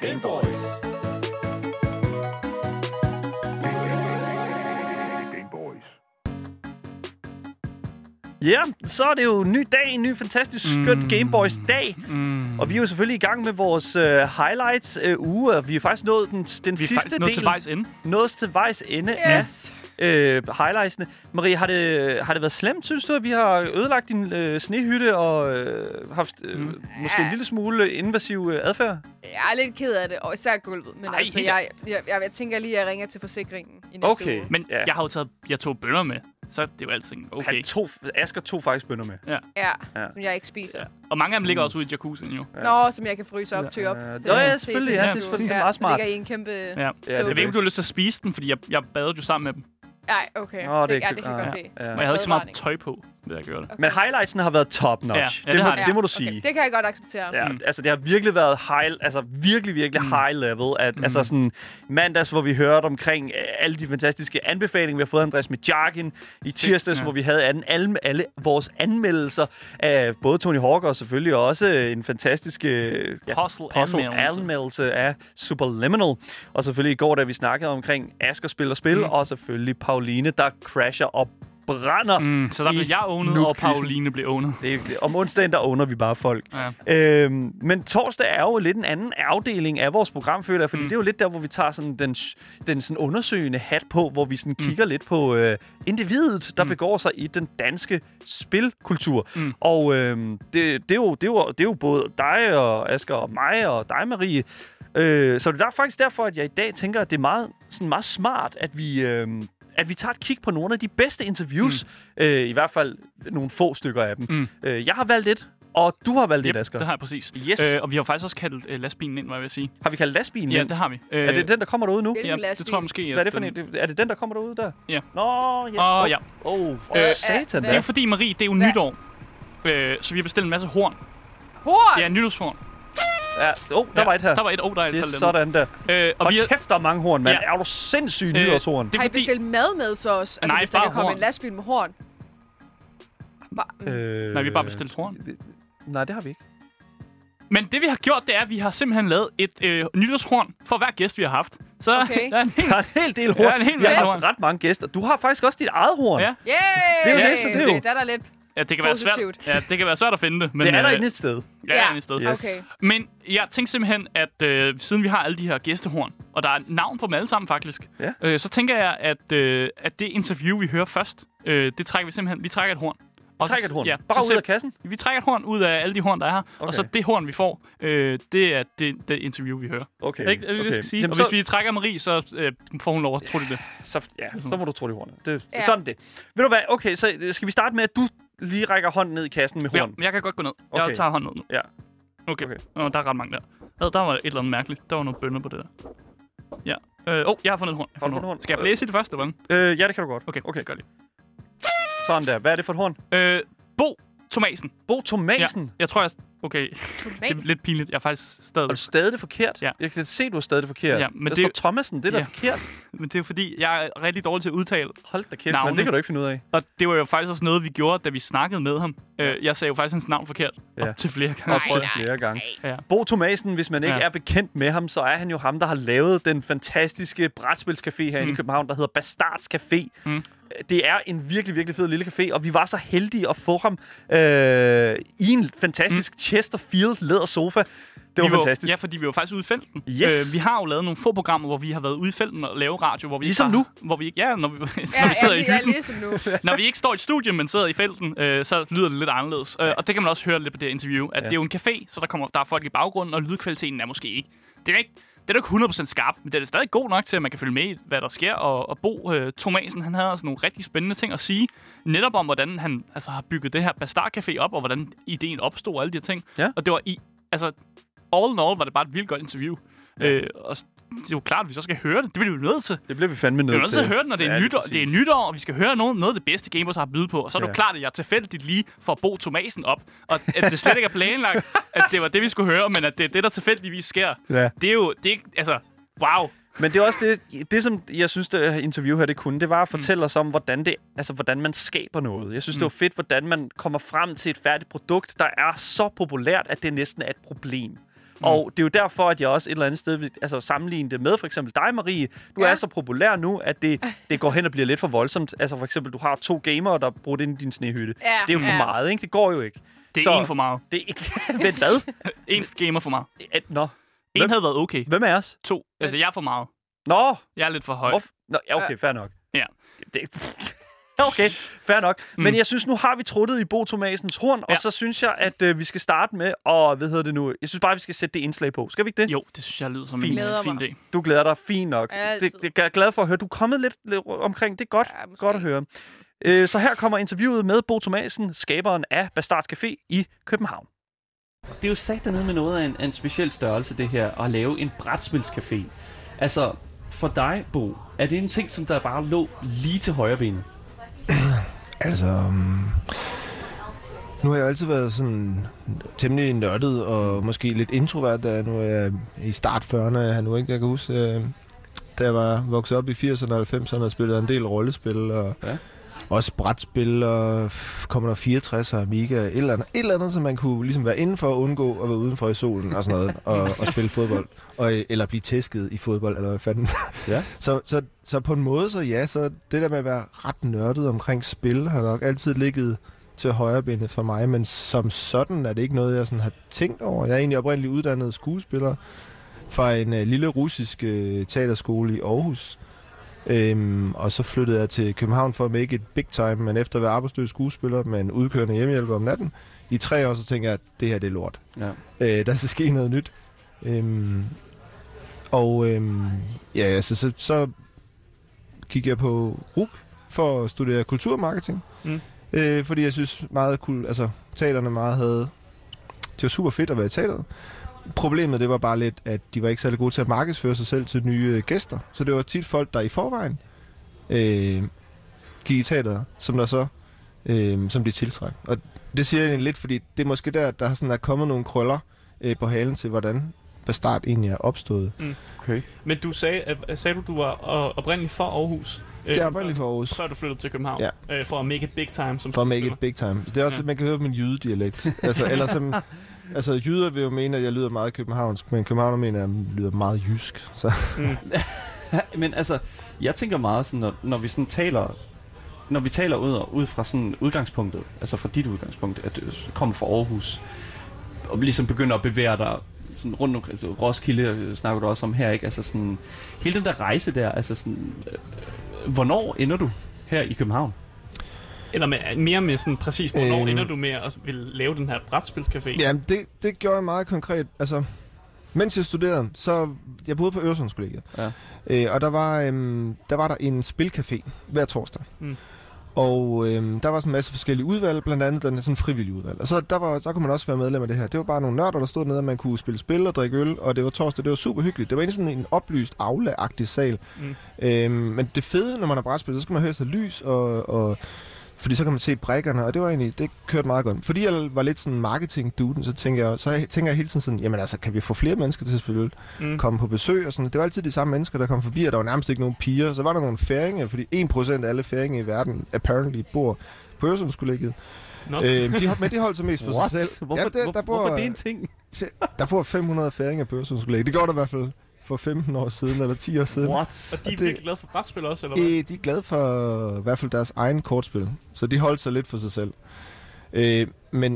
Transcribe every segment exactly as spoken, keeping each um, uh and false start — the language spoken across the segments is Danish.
Gameboys. Ja, så er det jo en ny dag, en ny fantastisk skøn mm. Gameboys dag. Mm. Og vi er jo selvfølgelig i gang med vores uh, highlights uh, uge, og vi er faktisk nået den, den vi er sidste nået del. til vejs ende. Nået til vejs ende Yes. af uh, highlightsene. Marie, har det, har det været slemt, synes du, at vi har ødelagt din uh, snehytte og uh, haft uh, mm. måske Ja. en lille smule invasiv uh, adfærd? Jeg er lidt ked af det, og især gulvet. Men Ej, altså, helt- jeg, jeg, jeg, jeg tænker lige, at jeg ringer til forsikringen i næste Okay. uge. Men Ja. jeg har jo taget, jeg tog bønner med, så det er jo altid okay. Han tog, Asger tog faktisk bønner med. Ja, Ja. som jeg ikke spiser. Ja. Og mange af dem ligger også ude i jacuzzien jo. Nå, som jeg kan fryse op, tø op. Ja. til- Nå ja, til selvfølgelig, næste ja, det er uge. selvfølgelig Ja, meget smart. Det ligger i en kæmpe... Ja. Ja, Jeg det ved er ikke, om det. du har lyst til at spise den, fordi jeg, jeg badede jo sammen med dem. Nej, okay. Nå, det er det, ikke ja, så- det kan ah, jeg ja. godt se. Ja. Og jeg havde ikke så meget Advaring. tøj på, da jeg gjorde det. Men highlightsene har været top notch. Ja, ja, det, det må, har de. det må du Okay, sige. det kan jeg godt acceptere. Ja, Mm. altså det har virkelig været high, altså virkelig, virkelig Mm. high level. At, Mm. Altså sådan mandags, hvor vi hørte omkring øh, alle de fantastiske anbefalinger, vi har fået af Andreas Midjarkin. I tirsdags, Ja. hvor vi havde alle, alle, alle vores anmeldelser af både Tony Hawk og selvfølgelig også en fantastisk øh, ja, Puzzle, puzzle anmeldelse. anmeldelse af Superliminal. Og selvfølgelig i går, da vi snakkede omkring Asger spiller spil, Mm. og selvfølgelig Pauline, der crasher og brænder. Mm, så der I blev jeg ownet, og noob-quizzen. Pauline blev ownet. Det, det, om onsdagen, der owner vi bare folk. Ja. Øhm, men torsdag er jo lidt en anden afdeling af vores program, føler jeg, fordi Mm. mm. det er jo lidt der, hvor vi tager sådan den, den sådan undersøgende hat på, hvor vi sådan mm. kigger lidt på øh, individet, der Mm. mm. begår sig i den danske spilkultur. Mm. Og øhm, det, det, er jo, det, er jo, det er jo både dig og Asger og mig og dig, Marie. Øh, så det er faktisk derfor, at jeg i dag tænker, at det er meget, sådan meget smart, at vi... Øh, at vi tager et kig på nogle af de bedste interviews. Mm. Øh, I hvert fald nogle få stykker af dem. Mm. Øh, jeg har valgt et, og du har valgt Yep, et, Asger. det har jeg præcis. Yes. Øh, og vi har faktisk også kaldt øh, lastbilen ind, hvad jeg vil sige. Har vi kaldt lastbilen? Ja, ind? det har vi. Øh, Er det den, der kommer derude nu? Hvilken Ja, det lastbil? tror jeg måske. Hvad er det for den- en? Det- Er det den, der kommer derude der? Ja. Nå, ja. Åh, ja. Åh, oh, for Øh, satan hvad? Det da. er fordi, Marie, det er jo Hvad? nytår. Øh, så vi har bestilt en masse horn. Horn! Ja, nytårshorn. Ja, oh, der ja, var et her. Der var et. Åh, oh, der er et Yes, faldet sådan der. Øh, og Og vi har, kæft, der er mange horn, mand. Ja. Er du sindssyg Øh, nytårshorn? det er Har I fordi, bestilt mad med så også? Altså, Nej, hvis der bare kan komme horn. en lastbil med horn. Bare, mm. Øh, Nej, vi har bare bestilt horn. Nej, det har vi ikke. Men det vi har gjort, det er, at vi har simpelthen lavet et øh, nytårshorn for hver gæst, vi har haft. Så Okay. der er en hel... Der er en hel del horn. Ja, en hel vi har masse haft horn. ret mange gæster. Du har faktisk også dit eget horn. Ja. Yay! Det er jo det, så det er jo- Okay, der er der lidt... Ja, det kan være svært. Positivt. Ja, det kan være svært at finde det. Men, Det er der øh, inde et sted. Ja, Ja. ja. et sted. Yes. Okay. Men jeg tænkte simpelthen, at øh, siden vi har alle de her gæstehorn, og der er navn på dem alle sammen faktisk, Ja. øh, så tænker jeg, at, øh, at det interview, vi hører først, øh, det trækker vi simpelthen, vi trækker et horn. Og Træk så- et horn. Ja, Bare så ud selv- af kassen. Vi trækker et horn ud af alle de horn, der er her, okay. Og så Okay. det horn, vi får, øh, det er det, det interview, vi hører. Okay. Er ikke, er det, okay. det, jeg skal sige? Jamen, Og så, hvis vi trækker Marie, så øh, får hun lov at tro det. det. så, ja, så må du tro det hornet. Det, Ja. Sådan det. Ved du hvad? Okay, så skal vi starte med, at du lige rækker hånden ned i kassen med Ja, horn. men jeg kan godt gå ned. Okay. Jeg tager hånden ned nu. Ja. Okay. Okay. okay. Nå, der er ret mange der. Ad, der var et eller andet mærkeligt. Der var nogle bønner på det der. Ja. Åh, øh, oh, jeg har fundet et horn. Jeg Har du fundet fundet horn? Skal jeg blæse i det første, eller Øh, ja, det kan du godt. Okay, Okay. gør det. Sådan der. Hvad er det for et horn? Øh, Bo Thomasen. Bo Thomasen. Jeg tror, jeg... Okay, det Tomat. er lidt pinligt. Jeg er faktisk stadig... Har du stadig det forkert? Ja. Jeg kan se, du har stadig det forkert. Ja, men der det- står Thomasen. Det er da Ja. forkert. Men det er fordi, jeg er rigtig dårlig til at udtale. Hold da kæft, Navne. men det kan du ikke finde ud af. Og det var jo faktisk også noget, vi gjorde, da vi snakkede med ham. Øh, jeg sagde jo faktisk hans navn forkert. Ja. Op til flere gange. Op tror til jeg. flere gange. Ja. Bo Thomasen, hvis man ikke Ja. er bekendt med ham, så er han jo ham, der har lavet den fantastiske brætspilscafé herinde Mm. i København, der hedder Bastards Café. Mm. Det er en virkelig, virkelig fed lille café, og vi var så heldige at få ham øh, i en fantastisk mm. Chesterfield lædersofa. Det var vi fantastisk. Ja, fordi vi var faktisk ude i felten. Yes. Øh, vi har jo lavet nogle få programmer, hvor vi har været ude i felten og lave radio. Hvor vi Ligesom ikke nu? har, hvor vi ikke, ja, når vi, når Ja, vi sidder ja, i ja, hyggen. ligesom nu. Når vi ikke står i et studie, men sidder i felten, øh, så lyder det lidt anderledes. Øh, og det kan man også høre lidt på det her interview, at Ja. det er jo en café, så der, kommer, der er folk i baggrunden, og lydkvaliteten er måske ikke... Det er ikke det er da ikke hundrede procent skarp, men det er stadig god nok til, at man kan følge med i, hvad der sker. Og, og Bo øh, Thomasen, han havde også nogle rigtig spændende ting at sige. Netop om, hvordan han altså, har bygget det her Bastard Café op, og hvordan ideen opstod og alle de her ting. Ja. Og det var i... Altså, all in all var det bare et vildt godt interview. Ja. Øh, og det er jo klart, at vi så skal høre det. Det bliver vi jo nødt til. Det bliver vi fandme Vi er nødt nødt til. til at høre det, når det er, Ja, ja, lige nytår, præcis. det er nytår, og vi skal høre noget, noget af det bedste Gameboys har at byde på. Og så er det Ja. jo klart, at jeg tilfældigt lige får Bo Thomasen op, og at det slet ikke er planlagt, at det var det, vi skulle høre, men at det er det, der tilfældigvis sker. Ja. Det er jo, det er ikke, altså, wow. Men det er også det, det som jeg synes, det her interview her, det kunne, det var at fortælle mm. os om, hvordan, det, altså, hvordan man skaber noget. Jeg synes, mm. det var fedt, hvordan man kommer frem til et færdigt produkt, der er så populært, at det næsten er et problem. Mm. Og det er jo derfor, at jeg også et eller andet sted vil altså, sammenligne det med for eksempel dig, Marie. Du ja. er så populær nu, at det, det går hen og bliver lidt for voldsomt. Altså for eksempel, du har to gamere, der bruger ind i din snehytte. Ja. Det er jo for ja. meget, ikke? Det går jo ikke. Det er så, en for meget. Det er, men hvad? En gamer for meget. Et, nå. En Hvem? havde været okay. Hvem er os? To. Altså, jeg er for meget. Nå. Jeg er lidt for høj. Hvorf? Nå, ja, okay, fair nok. Ja. Det, okay, fair nok. Mm. Men jeg synes, nu har vi truttet i Bo Thomasens horn, ja. og så synes jeg, at øh, vi skal starte med, og hvad hedder det nu? Jeg synes bare, vi skal sætte det indslag på. Skal vi ikke det? Jo, det synes jeg lyder som fin. en uh, fin dag. Du glæder dig fint nok. Det, det er jeg glad for at høre. Du er kommet lidt, lidt omkring. Det er godt, ja, godt at høre. Øh, så her kommer interviewet med Bo Thomasen, skaberen af Bastard Café i København. Det er jo sagt dernede med noget af en, en speciel størrelse, det her, at lave en brætspilscafé. Altså, for dig, Bo, er det en ting, som der bare lå lige til højre benet? Altså, um, nu har jeg altid været sådan temmelig nørdet og måske lidt introvert, da nu er jeg i start fyrrerne her nu, ikke? Jeg kan huske, øh, da jeg var vokset op i firserne og halvfemserne og spillede en del rollespil og ja. også brætspil og Commodore fireogtres og Amiga, et eller andet, et eller andet, som man kunne ligesom være indenfor og undgå at være udenfor i solen og sådan noget, og, og spille fodbold. Og, eller blive tæsket i fodbold, eller hvad fanden. Ja. så, så, så på en måde, så ja, så det der med at være ret nørdet omkring spil, har nok altid ligget til højrebenet for mig, men som sådan er det ikke noget, jeg sådan har tænkt over. Jeg er egentlig oprindeligt uddannet skuespiller fra en uh, lille russisk uh, teaterskole i Aarhus. Øhm, og så flyttede jeg til København for at make it big time, men efter at være arbejdsløs skuespiller med en udkørende hjemmehjælper om natten, i tre år, så tænker jeg, at det her det er lort. Ja. Øh, der skal ske noget nyt. Øhm, og øhm, ja, altså, så, så gik jeg på R U C for at studere kulturmarketing. Mm. Øh, fordi jeg synes meget cool, altså teaterne meget havde, det var super fedt at være i teateret. Problemet det var bare lidt, at de var ikke særlig gode til at markedsføre sig selv til nye øh, gæster. Så det var tit folk, der i forvejen øh, gik i teateret, som der så øh, som de tiltræk. Og det siger jeg egentlig lidt, fordi det er måske der, der sådan er kommet nogle krøller øh, på halen til, hvordan Bastard egentlig er opstået. Mm. Okay. Men du sagde, at, sagde du, du var oprindeligt for Aarhus? Det er oprindeligt for Aarhus. Så er du flyttet til København, ja. øh, for at make it big time. Som for at make it big time. Det er også ja. det, man kan høre på min jydedialekt. altså, eller som, altså, jyder vil jo mene, at jeg lyder meget københavnsk, men københavner mener, at jeg lyder meget jysk. Så. Mm. Men altså, jeg tænker meget sådan, når, når vi sådan taler, når vi taler ud, ud fra sådan udgangspunktet, altså fra dit udgangspunkt, at du kommer fra Aarhus, og ligesom begynder at bevæge dig sådan rundt om Roskilde, snakker du også om her, ikke? Altså sådan, hele den der rejse der, altså sådan, øh, hvornår ender du her i København? Eller med, mere med sådan præcis, hvornår øhm, ender du med at ville lave den her brætspilscafé? Ja, det, det gjorde jeg meget konkret. Altså, mens jeg studerede, så jeg boede på Øresundskollegiet, ja. øh, og der var, øhm, der var der en spilcafé hver torsdag. Mm. Og øhm, der var sådan en masse forskellige udvalg, blandt andet den sådan frivillige udvalg. Og så der, var, der kunne man også være medlem af det her. Det var bare nogle nørder, der stod nede, og man kunne spille spil og drikke øl, og det var torsdag, det var super hyggeligt. Det var egentlig sådan en oplyst, aula-agtig sal. Mm. Øhm, men det fede, når man har brætspil, så skal man høre sig lys, og, og, fordi så kan man se brækkerne, og det var egentlig, det kørte meget godt. Fordi jeg var lidt sådan marketing-duden, så tænker jeg, så jeg, tænker jeg hele tiden sådan, jamen altså, kan vi få flere mennesker til at spille øl? Mm. Komme på besøg og sådan. Det var altid de samme mennesker, der kom forbi, og der var nærmest ikke nogen piger. Så var der nogle færinger, fordi en procent af alle færinger i verden apparently bor på Øresundskollegiet. No. Øhm, de, men de holdt sig mest for What? sig selv. Hvorfor, ja, der, der bor, hvorfor det er en ting? Der bor fem hundrede færinger på Øresundskollegiet. Det gjorde der i hvert fald for femten år siden, eller ti år siden. What? Og de er virkelig glade for brætspil også, eller hvad? Øh, de er glade for i hvert fald deres egen kortspil. Så de holdt sig lidt for sig selv. Øh, men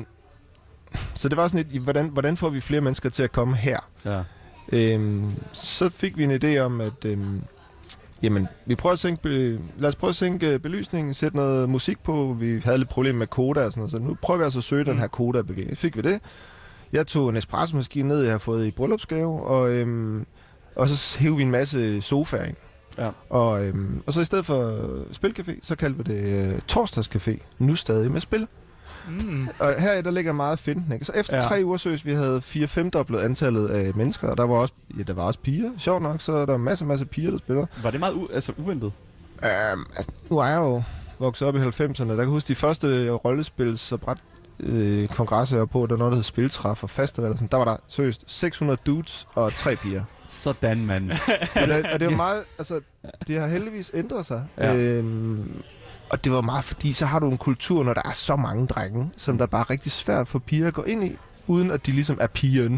så det var sådan lidt, hvordan, hvordan får vi flere mennesker til at komme her? Ja. Øh, så fik vi en idé om, at øh, jamen, vi prøver at sænke be, lad os prøve at sænke belysningen, sætte noget musik på. Vi havde lidt problemer med koda og sådan noget, så nu prøver vi altså at søge mm. den her koda-bevægning. Fik vi det. Jeg tog en espresso-maskine ned, jeg har fået i bryllupsgave, og, øhm, og så hævde vi en masse sofaer ind. Ja. Og, øhm, og så i stedet for spilcafé, så kaldte vi det uh, torsdagscafé, nu stadig med spil. Mm. Og her der ligger meget finten, ikke? Så efter ja. tre uger søs, vi havde fire femdoblet antallet af mennesker, og der var også, ja, der var også piger. Sjovt nok, så der var masser masse piger, der spiller. Var det meget u- altså uventet? Um, altså, nu er jeg jo vokset op i halvfemserne, der kan huske de første rollespils så bræt øh, kongresser på, der var noget, der hed spiltræf og festival, og sådan. Der var der seriøst seks hundrede dudes og tre piger. Sådan, mand. og, det, og det var meget, altså, det har heldigvis ændret sig. Ja. Øhm, og det var meget, fordi så har du en kultur, når der er så mange drenge, som der bare er rigtig svært for piger at gå ind i, uden at de ligesom er pigen.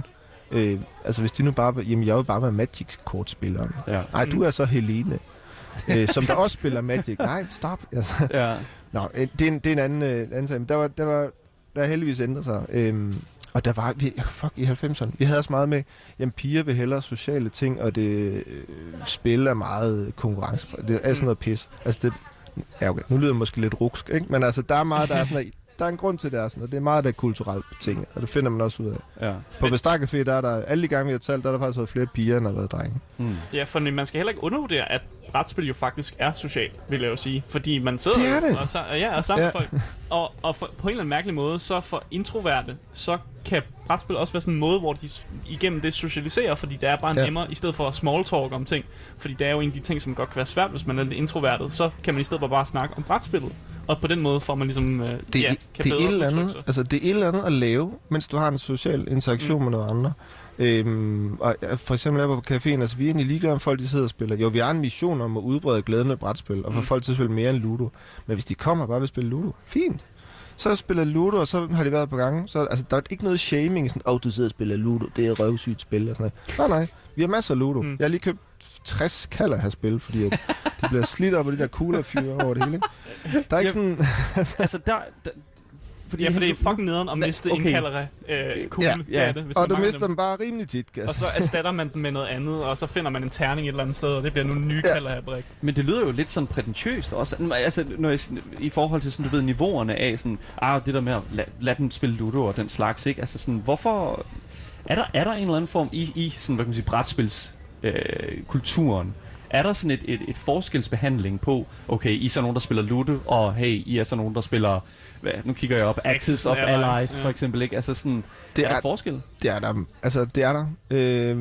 Øh, altså hvis de nu bare... Jamen, jeg vil bare være Magic-kortspilleren. Ja. Nej, du er så Helene, øh, som der også spiller Magic. Nej, stop. Altså. Ja. Nå, øh, det, er en, det er en anden, øh, anden sag. Men der var, der var der er heldigvis ændret sig. Øhm, og der var... Vi, fuck, i halvfemserne. Vi havde også meget med... Jamen, piger vil hellere sociale ting, og det øh, spil er meget konkurrence. Det er sådan noget pis. Altså, det... Ja, okay. Nu lyder det måske lidt ruksk, ikke? Men altså, der er meget, der er sådan... Der er en grund til det, er sådan, og det er meget der kulturelt betinget, og det finder man også ud af. Ja. På Vestar Café, der er der, alle de gange vi har talt, der er der faktisk været flere piger, end der har været drenge. Mm. Ja, for man skal heller ikke undervurdere, at brætspil jo faktisk er socialt, vil jeg jo sige. Fordi man sidder det er det. og, så, ja, og sammen ja. med folk. Og, og for, på en eller anden mærkelig måde, så for introverte, så kan brætspil også være sådan en måde, hvor de igennem det socialiserer, fordi det er bare ja. nemmere, i stedet for small talk om ting. Fordi det er jo en af de ting, som godt kan være svært, hvis man er lidt introvertet. Så kan man i stedet for bare snakke om brætspillet. Og på den måde får man ligesom... Øh, det, ja, kan det, er et eller udtrykke andet, sig. altså, det er et eller andet at lave, mens du har en social interaktion mm. med noget andre. Øhm, og for eksempel er på caféen, altså vi er egentlig ligeglade om folk, de sidder og spiller. Jo, vi har en mission om at udbrede glæden ved brætspil, og få mm. folk til at spille mere end Ludo. Men hvis de kommer og bare vil spille Ludo, fint. Så spiller Ludo, og så har de været på gange. Så altså, der er ikke noget shaming, sådan, åh, oh, du sidder og spiller Ludo, det er røvsygt spil, og sådan noget. Nej, nej, vi har masser af Ludo. Mm. Jeg har lige købt tres kalder her spil, fordi at de bliver slidt op af de der kuglerfyre over det hele, ikke? Der er ikke sådan... altså, der... der Fordi ja, for det er fucking nederen at miste okay. en kaldere øh, kugle. Ja, Ja. Det, hvis og man du mister dem. dem bare rimelig tit. Og så erstatter man den med noget andet, og så finder man en terning et eller andet sted, og det bliver nogle nye ja. kalder her brik. Men det lyder jo lidt sådan prætentiøst også. Altså, når jeg, i forhold til sådan, du ved, niveauerne af sådan, ah, det der med at lade lad dem spille Ludo og den slags, ikke? Altså sådan, hvorfor... Er der, er der en eller anden form i, i sådan, hvad kan man sige, brætspils øh, kulturen? Er der sådan et, et, et forskelsbehandling på, okay, I er så nogen, der spiller Ludo, og hey, I er så nogen, der spiller, hvad, nu kigger jeg op, Axis of Allies, Allies ja. for eksempel, ikke? Altså sådan, det er, er der forskel? Det er der, altså det er der, øh,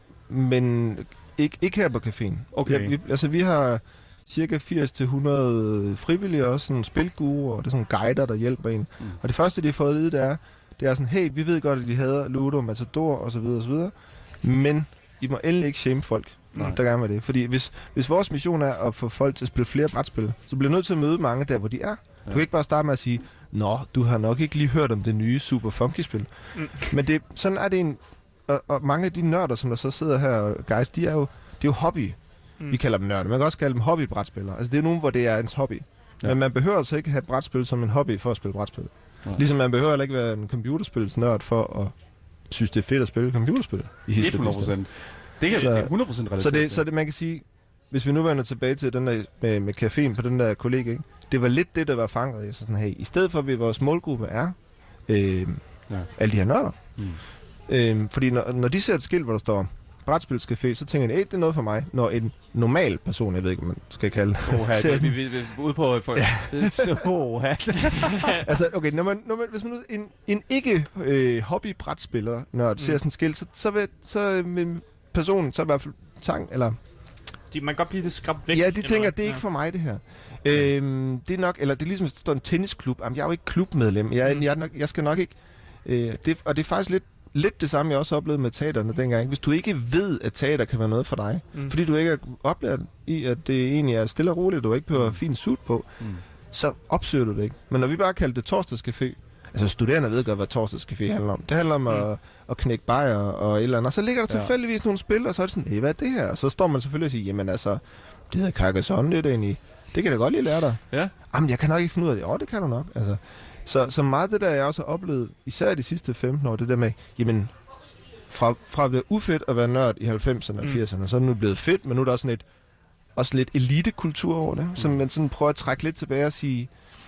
men ikke, ikke her på caféen. Okay. Ja, vi, altså vi har cirka firs til hundrede frivillige, også sådan spilguruer, og det er sådan guider, der hjælper en. Mm. Og det første, de har fået at vide, det er, det er sådan, hey, vi ved godt, at de hader Ludo, Matador, og så videre, og så videre, men I må endelig ikke shame folk. Nej. Der gerne med det. Fordi hvis, hvis vores mission er at få folk til at spille flere brætspil, så bliver du nødt til at møde mange der, hvor de er. Ja. Du kan ikke bare starte med at sige, nå, du har nok ikke lige hørt om det nye Super Funky-spil. Mm. Men det, sådan er det en... Og, og mange af de nørder, som der så sidder her, guys, de er jo, de er jo hobby. Mm. Vi kalder dem nørder. Man kan også kalde dem hobbybrætspillere. Altså det er nogen, hvor det er ens hobby. Ja. Men man behøver altså ikke have brætspil som en hobby for at spille brætspil. Ja. Ligesom man behøver heller ikke være en computerspilsnørd for at synes, det er fedt at spille computerspil. I hundrede procent. Det kan så, hundrede procent relativt. Så det, så det, man kan sige, hvis vi nu vender tilbage til den der med, med caféen på den der kollega, ikke? Det var lidt det, der var fanget i. Så sådan, hey, i stedet for, at vi, vores målgruppe er øh, ja. alle de her nørder. Mm. Øh, fordi når, når de ser et skilt, hvor der står brætspilscafé, så tænker de, hey, det er noget for mig. Når en normal person, jeg ved ikke, om man skal kalde det. Oh, her, vi, vi, vi, vi ude på... For, ja. så, oh, altså, okay, når man, når man, hvis man nu en, en ikke øh, hobby-brætspiller, når mm. ser sådan et skilt, så, så vil, så vil personen så i hvert fald tang, eller... De, man kan godt blive det skræbt væk. Ja, de tænker, det er ikke for mig, det her. Øhm, det er nok, eller det er ligesom, hvis der står en tennisklub. Jamen, jeg er jo ikke klubmedlem. Jeg, mm. jeg, nok, jeg skal nok ikke... Øh, det, og det er faktisk lidt, lidt det samme, jeg også oplevede med teaterne dengang. Hvis du ikke ved, at teater kan være noget for dig, mm. fordi du ikke er oplært i, at det egentlig er stille og roligt, du ikke behøver mm. fin suit på, mm. så opsøger du det ikke. Men når vi bare kalder det torsdagscafé, altså studerende ved godt, hvad torsdagscafé handler om. Det handler om mm. at, at knække bajer og et eller andet. Og så ligger der tilfældigvis ja. nogle spil, og så er det sådan, hey, hvad er det her? Og så står man selvfølgelig og siger, jamen altså, det hedder Carcassonne, det er det egentlig. Det kan da godt lige lære dig. Ja. Jamen, jeg kan nok ikke finde ud af det. Åh, det kan du nok. Altså, så, så meget det der, jeg også har oplevet, især de sidste femten år, det der med, jamen, fra, fra at være ufedt at være nørd i halvfemserne og firserne, så er det nu blevet fedt, men nu er der også sådan et, også lidt elitekultur over det, mm. så man sådan prøver at trække lidt tilbage og sige,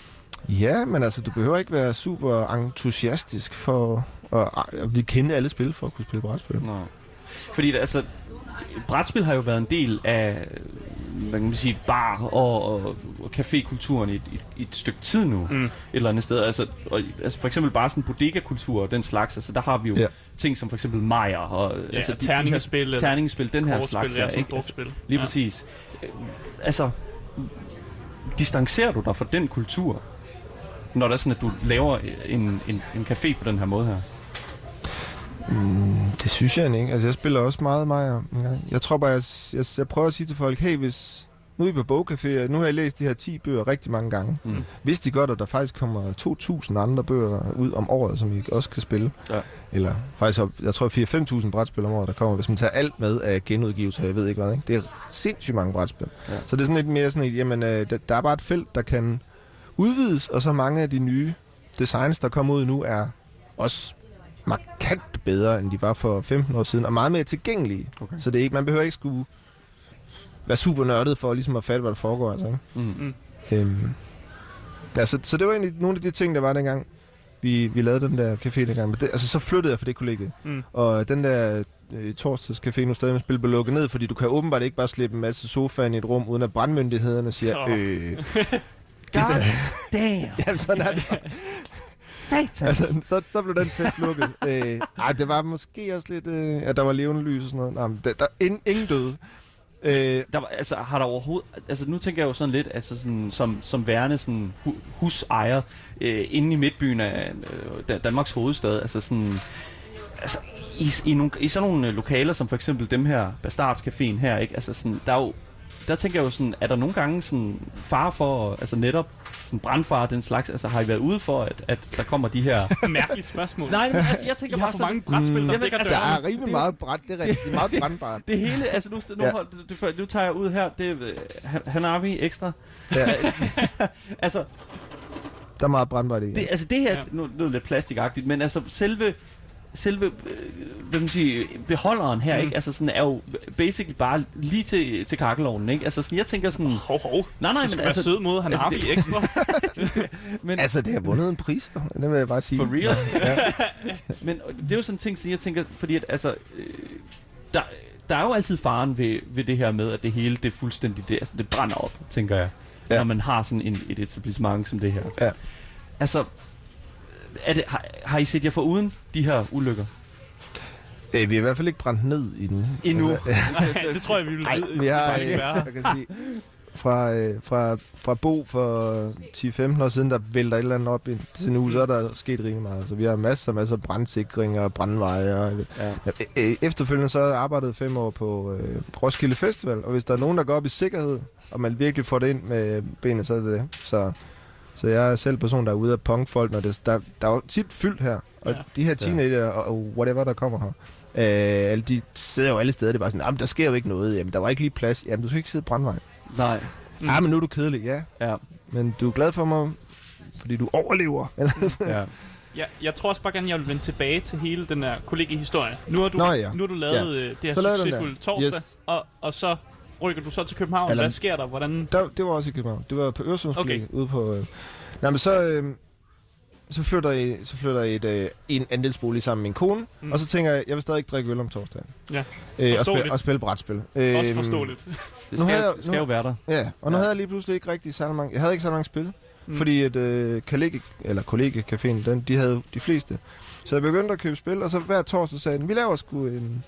ja, men altså, du behøver ikke være super entusiastisk for at, at vi kende alle spil for at kunne spille brætspil. Nå. Fordi altså, brætspil har jo været en del af, hvad kan man sige, bar- og, og, og cafékulturen i et, i et stykke tid nu, mm. et eller andet sted. Altså, og, altså for eksempel bare sådan bodega-kultur og den slags, altså der har vi jo ja. ting som for eksempel Majer og ja, altså, de, terningespil, de terningespil, den her slags ja, ikke? Altså, lige ja. præcis. Altså, distancerer du dig fra den kultur, når det er sådan, at du laver en, en, en café på den her måde her? Mm, det synes jeg ikke. Altså, jeg spiller også meget Majer en gang. Jeg tror bare, jeg, jeg, jeg prøver at sige til folk, hey, hvis... Nu nu er vi på bogcafé, og nu har jeg læst de her ti bøger rigtig mange gange. Mm. Vidste de godt, at der faktisk kommer to tusind andre bøger ud om året, som I også kan spille? Ja. Eller faktisk, op, jeg tror, fire til fem tusind brætspil om året, der kommer, hvis man tager alt med af genudgivelser, jeg ved ikke hvad, ikke? Det er sindssygt mange brætspil. Ja. Så det er sådan lidt mere sådan et, jamen, øh, der, der er bare et felt, der kan udvides, og så mange af de nye designs, der kommer ud nu, er også markant bedre, end de var for femten år siden, og meget mere tilgængelige. Okay. Så det er ikke, man behøver ikke skulle være super nørdet for ligesom at fatte, hvad der foregår. Altså, ikke? Mm. Mm. Øhm, ja, så, så det var egentlig nogle af de ting, der var dengang, vi, vi lavede den der café dengang. Men det, altså, så flyttede jeg fra det kollegie. Mm. Og den der øh, torsdagscafé nu stadig med spil blev lukket ned, fordi du kan åbenbart ikke bare slippe en masse sofaer i et rum, uden at brandmyndighederne siger, Oh. øh... God damn! Jamen, sådan er det. Satans! Altså, så, så blev den fest lukket. øh, ej, det var måske også lidt, øh, at der var levende lys og sådan noget. Nej, men der, der ingen, ingen døde. Øh, Der var, altså, har der overhovedet... Altså, nu tænker jeg jo sådan lidt, altså sådan, som, som værende sådan hu, husejer øh, inde i midtbyen af øh, Danmarks hovedstad. Altså sådan... Altså, i, i, nogle, i sådan nogle lokaler, som for eksempel dem her, Bastardscaféen her, ikke? Altså sådan, der er jo... Der tænker jeg jo sådan, er der nogle gange sådan fare for, altså netop sådan brandfare den slags, altså har I været ude for, at, at der kommer de her... Mærkeligt spørgsmål. Nej, men altså jeg I tænker har bare for sådan... mange brætspil, der Jamen, dækker altså, der dørene. er rimelig det- meget brand. Det er rigtigt. Det er meget brandbart. Det hele, altså nu, nu, Ja. hold, du, du, nu tager jeg ud her, det er øh, Han- Hanabi ekstra. Ja, Altså, der er meget brandbart i. det, altså det her, Ja. ja. nu lyder det lidt plastikagtigt, men altså selve, selve øh, hvad man siger, beholderen her, Mm. mm. ikke? Altså sådan er jo basically bare lige til, til kakkelovnen, ikke? Altså sådan, jeg tænker sådan, Hov, hov. nej, nej, Du men skal være altså, sød mod, han altså, har det- vi ekstra. men, Altså, det har vundet en pris, jo. Det vil jeg bare sige. for real. Ja. Men det er jo sådan en ting, som jeg tænker, fordi at altså, øh, der, der er jo altid faren ved, ved det her med, at det hele, det er fuldstændig, det, altså, det brænder op, tænker jeg, Ja. ja. når man har sådan en, et etablissement som det her. Ja. Altså, er det, har, har I set jer for uden de her ulykker? Øh, vi er i hvert fald ikke brændt ned i den. Endnu. Altså, Nej, det tror jeg, vi vil Nej, vide. vi har, Bare øh, ikke være. jeg kan sige, fra, øh, fra, fra Bo for ti til femten år siden, der vælter et eller andet op i til en uge, så er der sket rimelig meget. Så vi har masser og masser af brandsikringer og brandveje. Og, Ja. ja, øh, efterfølgende så har jeg arbejdet fem år på øh, Roskilde Festival, og hvis der er nogen, der går op i sikkerhed, og man virkelig får det ind med benene, så er det det. Så, så jeg er selv person, der er ude af punkfolk, når det, der, der er jo tit fyldt her, og Ja. de her teenager og, og whatever, der kommer her, øh, alle de sidder jo alle steder, det er bare sådan, jamen, der sker jo ikke noget, jamen, der var ikke lige plads, jamen, du skal ikke sidde i brandvejen. Nej. Mm. Ja, men nu er du kedelig, ja. Ja. Men du er glad for mig, fordi du overlever. Ja. Ja, jeg tror også bare gerne, jeg vil vende tilbage til hele den der kollegiehistorie. Nu har du, Nå ja. nu har du lavet ja. det her Så lavede den succesfulde torsdag, Yes. og, og så rykker du så til København. Eller- Hvad sker der? Hvordan? Der, det var også i København. Det var på Øresundskollegiet, Okay. ude på... Øh... Nej, men så... Øh... Så flytter jeg, så flytter jeg et, øh, en andelsbolig sammen med min kone, Mm. mm. og så tænker jeg, jeg vil stadig ikke drikke øl om torsdagen. Ja, øh, og, forståeligt. spille, og spille brætspil. Også Øhm, forståeligt. Det Nu skal, havde jeg- det skal nu- jo være der. Ja, og nu Ja. havde jeg lige pludselig ikke rigtig særlig mange... Jeg havde ikke så mange spil, Mm. mm. fordi at øh, kollega, eller kollegecaféen, den, de havde de fleste. Så jeg begyndte at købe spil, og så hver torsdag sagde den, vi laver sgu en...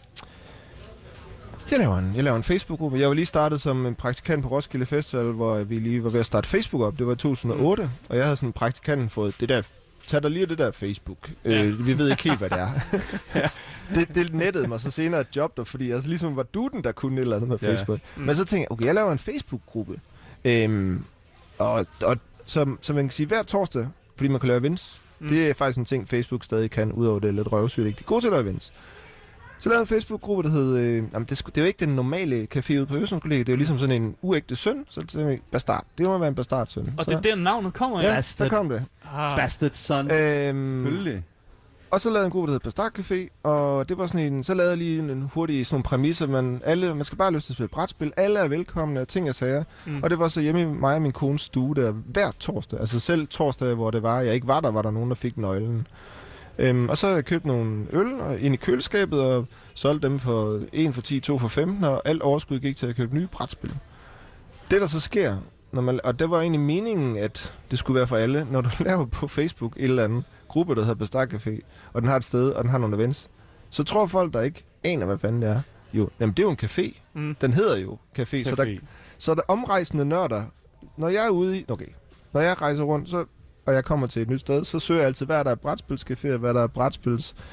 Jeg laver en, jeg laver en Facebook-gruppe. Jeg var lige startet som en praktikant på Roskilde Festival, hvor vi lige var ved at starte Facebook op. Det var i to tusind og otte, mm. og jeg havde sådan praktikanten fået det der... Tag dig lige det der Facebook. Ja. Øh, vi ved ikke helt, hvad det er. det, det nettede mig så senere et job der, fordi altså ligesom var du den, der kunne et eller andet med Ja. Facebook. Mm. Men så tænkte jeg, okay, jeg laver en Facebook-gruppe. Øhm, og og som, som man kan sige, hver torsdag, fordi man kan lave events, Mm. mm. det er faktisk en ting, Facebook stadig kan, udover det er lidt røvsygt, ikke? De er gode til at lave events. Så lavede jeg en Facebook-gruppe, der hed... Øh, jamen, det, sku- det er jo ikke den normale café ude på Øresundskollegiet, det er jo ligesom sådan en uægte søn, så det er bastard. Det må være en bastard-søn. Og så, det er der navnet kommer af? ja, Bastard. så kom det. Ah. Bastard son. Øhm, Selvfølgelig. og så lavede jeg en gruppe, der hed Bastard Café, og det var sådan en, så lavede jeg lige en, en hurtig sådan nogle præmisser, man, alle, man skal bare have lyst til at spille brætspil, alle er velkomne, og ting og sager. Mm. Mm. Og det var så hjemme i mig og min kones stue der hver torsdag, altså selv torsdag, hvor det var, jeg ikke var der, var der nogen, der fik nøglen. Øhm, og så havde jeg købt nogle øl og, ind i køleskabet, og solgte dem for en for ti, to for femten, og alt overskud gik til at købe nye brætspil. Det der så sker, når man, og det var egentlig meningen, at det skulle være for alle, når du laver på Facebook et eller andet gruppe, der hedder Bastard Café, og den har et sted, og den har nogle events, så tror folk, der ikke aner, hvad fanden det er, jo, jamen det er jo en café. Mm. Den hedder jo café, så der, Café. så er der omrejsende nørder. Når jeg er ude i... Okay. Når jeg rejser rundt, så, og jeg kommer til et nyt sted, så søger jeg altid, hvad der er brætspilscaféer, hvad der er brætspils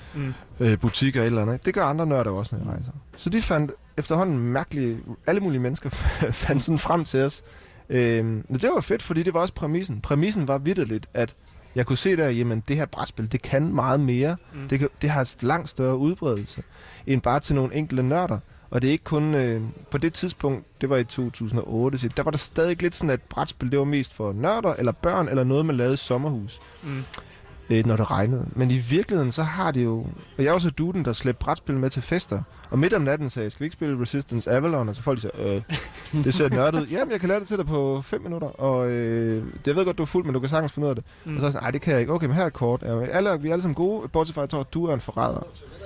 Mm. øh, butikker eller andet. Ikke? Det gør andre nørder også, når jeg rejser. Så de fandt efterhånden mærkelige, alle mulige mennesker fandt sådan frem til os. Øh, men det var fedt, fordi det var også præmissen. Præmissen var vitterligt, at jeg kunne se der, jamen det her brætspil, det kan meget mere. Mm. Det, kan, det har langt større udbredelse, end bare til nogle enkelte nørder. Og det er ikke kun, øh, på det tidspunkt, det var i to tusind og otte, så der var der stadig lidt sådan, at brætspil, det var mest for nørder, eller børn, eller noget, man lavede i sommerhus, Mm. øh, når det regnede. Men i virkeligheden, så har det jo, og jeg var så duden, der slæbte brætspil med til fester, og midt om natten sagde jeg, skal vi ikke spille Resistance Avalon? Og så folk sagde, øh, det ser nørdet ud. Jamen, jeg kan lære det til dig på fem minutter, og øh, jeg ved godt, du er fuld, men du kan sagtens finde ud af det. Mm. Og så sagde jeg, nej, det kan jeg ikke. Okay, men her er et kort. Ja, alle, vi er alle sammen gode, bortset fra, jeg tror, at du er en forræder.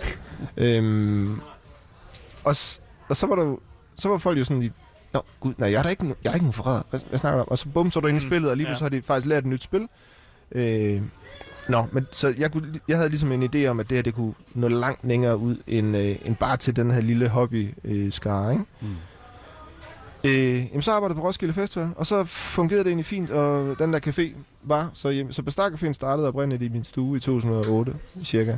øhm, og Og så var der så var folk jo sådan lige, nå gud, nej, jeg er da ikke, jeg er da ikke nogen forræder. Hvad, hvad snakker du om? Og så bum, så er du inde i spillet, og lige pludselig ja. har de faktisk lært et nyt spil. Øh, nå, men så jeg, kunne, jeg havde ligesom en idé om, at det her, det kunne nå langt længere ud, end, øh, end bare til den her lille hobby-skare, ikke? Mm. Øh, jamen, så arbejdede jeg på Roskilde Festival, og så fungerede det egentlig fint, og den der café var, så, jamen, så Bastard Caféen startede oprindeligt i min stue i to tusind og otte, cirka.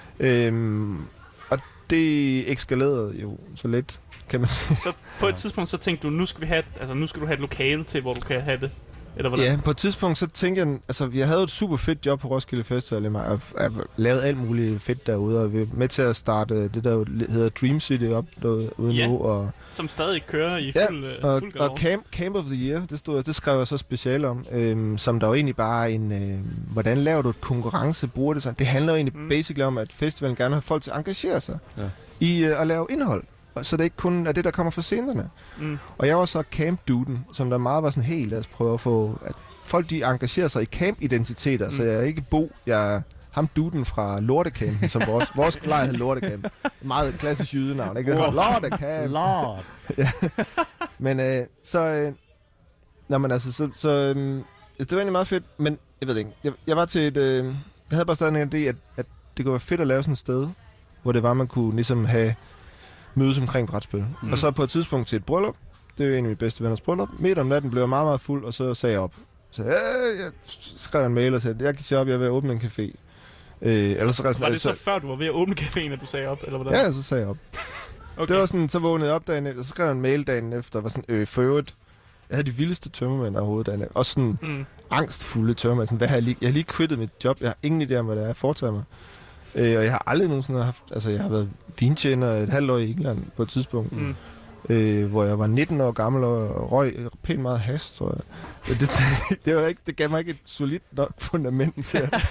Øh, og det eskalerede jo så lidt, kan man sige. Så på et tidspunkt, så tænkte du, nu skal vi have, altså nu skal du have et lokale til, hvor du kan have det. Eller hvordan? Ja, på et tidspunkt, så tænkte jeg, altså jeg havde et super fedt job på Roskilde Festival, og jeg lavede alt muligt fedt derude, og vi er med til at starte det, der hedder Dream City op derude ja, nu. Og som stadig kører i ja, fuld, og, fuld og Camp, Camp of the Year, det, stod, det skrev jeg så special om, øhm, som der jo egentlig bare er en, øh, hvordan laver du et konkurrence, bruger det sådan. Det handler jo egentlig mm. basically om, at festivalen gerne vil have folk til at engagere sig ja. i øh, at lave indhold. Så det ikke kun er det, der kommer fra scenerne. Mm. Og jeg var så camp-duden, som der meget var sådan, hey, lad os prøve at få, at folk de engagerer sig i camp-identiteter, mm. så jeg er ikke Bo, jeg er ham duden fra Lortecampen, som vores, vores lejr hedder Lortecamp. Meget klassisk jydenavn, ikke? Oh. Lortecamp! Lord! Ja. Men øh, så, øh, nå, men altså, så, så øh, det var egentlig meget fedt, men jeg ved ikke, jeg, jeg var til et, øh, jeg havde bare stadig en idé, at, at det kunne være fedt at lave sådan et sted, hvor det var, man kunne ligesom have mødes omkring brætspil. Mm. Og så på et tidspunkt til et bryllup, det er jo en af mine bedste venners bryllup, midt om natten blev jeg meget, meget fuld, og så sagde jeg op. Så øh, jeg skrev en mail og sagde, jeg kan sige op, jeg er ved at åbne en café. Øh, eller så, var det så, så før du var ved at åbne caféen, at du sagde op, eller hvordan? Ja, så sagde jeg op. Okay. Det var sådan, så vågnede jeg op dagen efter, og så skrev jeg en mail dagen efter, og var sådan, øh, for øvrigt, jeg havde de vildeste tømmermænd overhovedet dagen efter. Også sådan mm. angstfulde tømmermænd. Sådan, hvad har jeg, lige, jeg har lige quittet mit job, jeg har ingen idé om, hvad det er, jeg foretager mig. Øh, og jeg har aldrig nogensinde haft, altså jeg har været vintjener et halvt år i England på et tidspunkt, mm. øh, hvor jeg var nitten år gammel og røg pænt meget hash, tror jeg. Det, det, det, var ikke, det gav mig ikke et solidt nok fundament til at...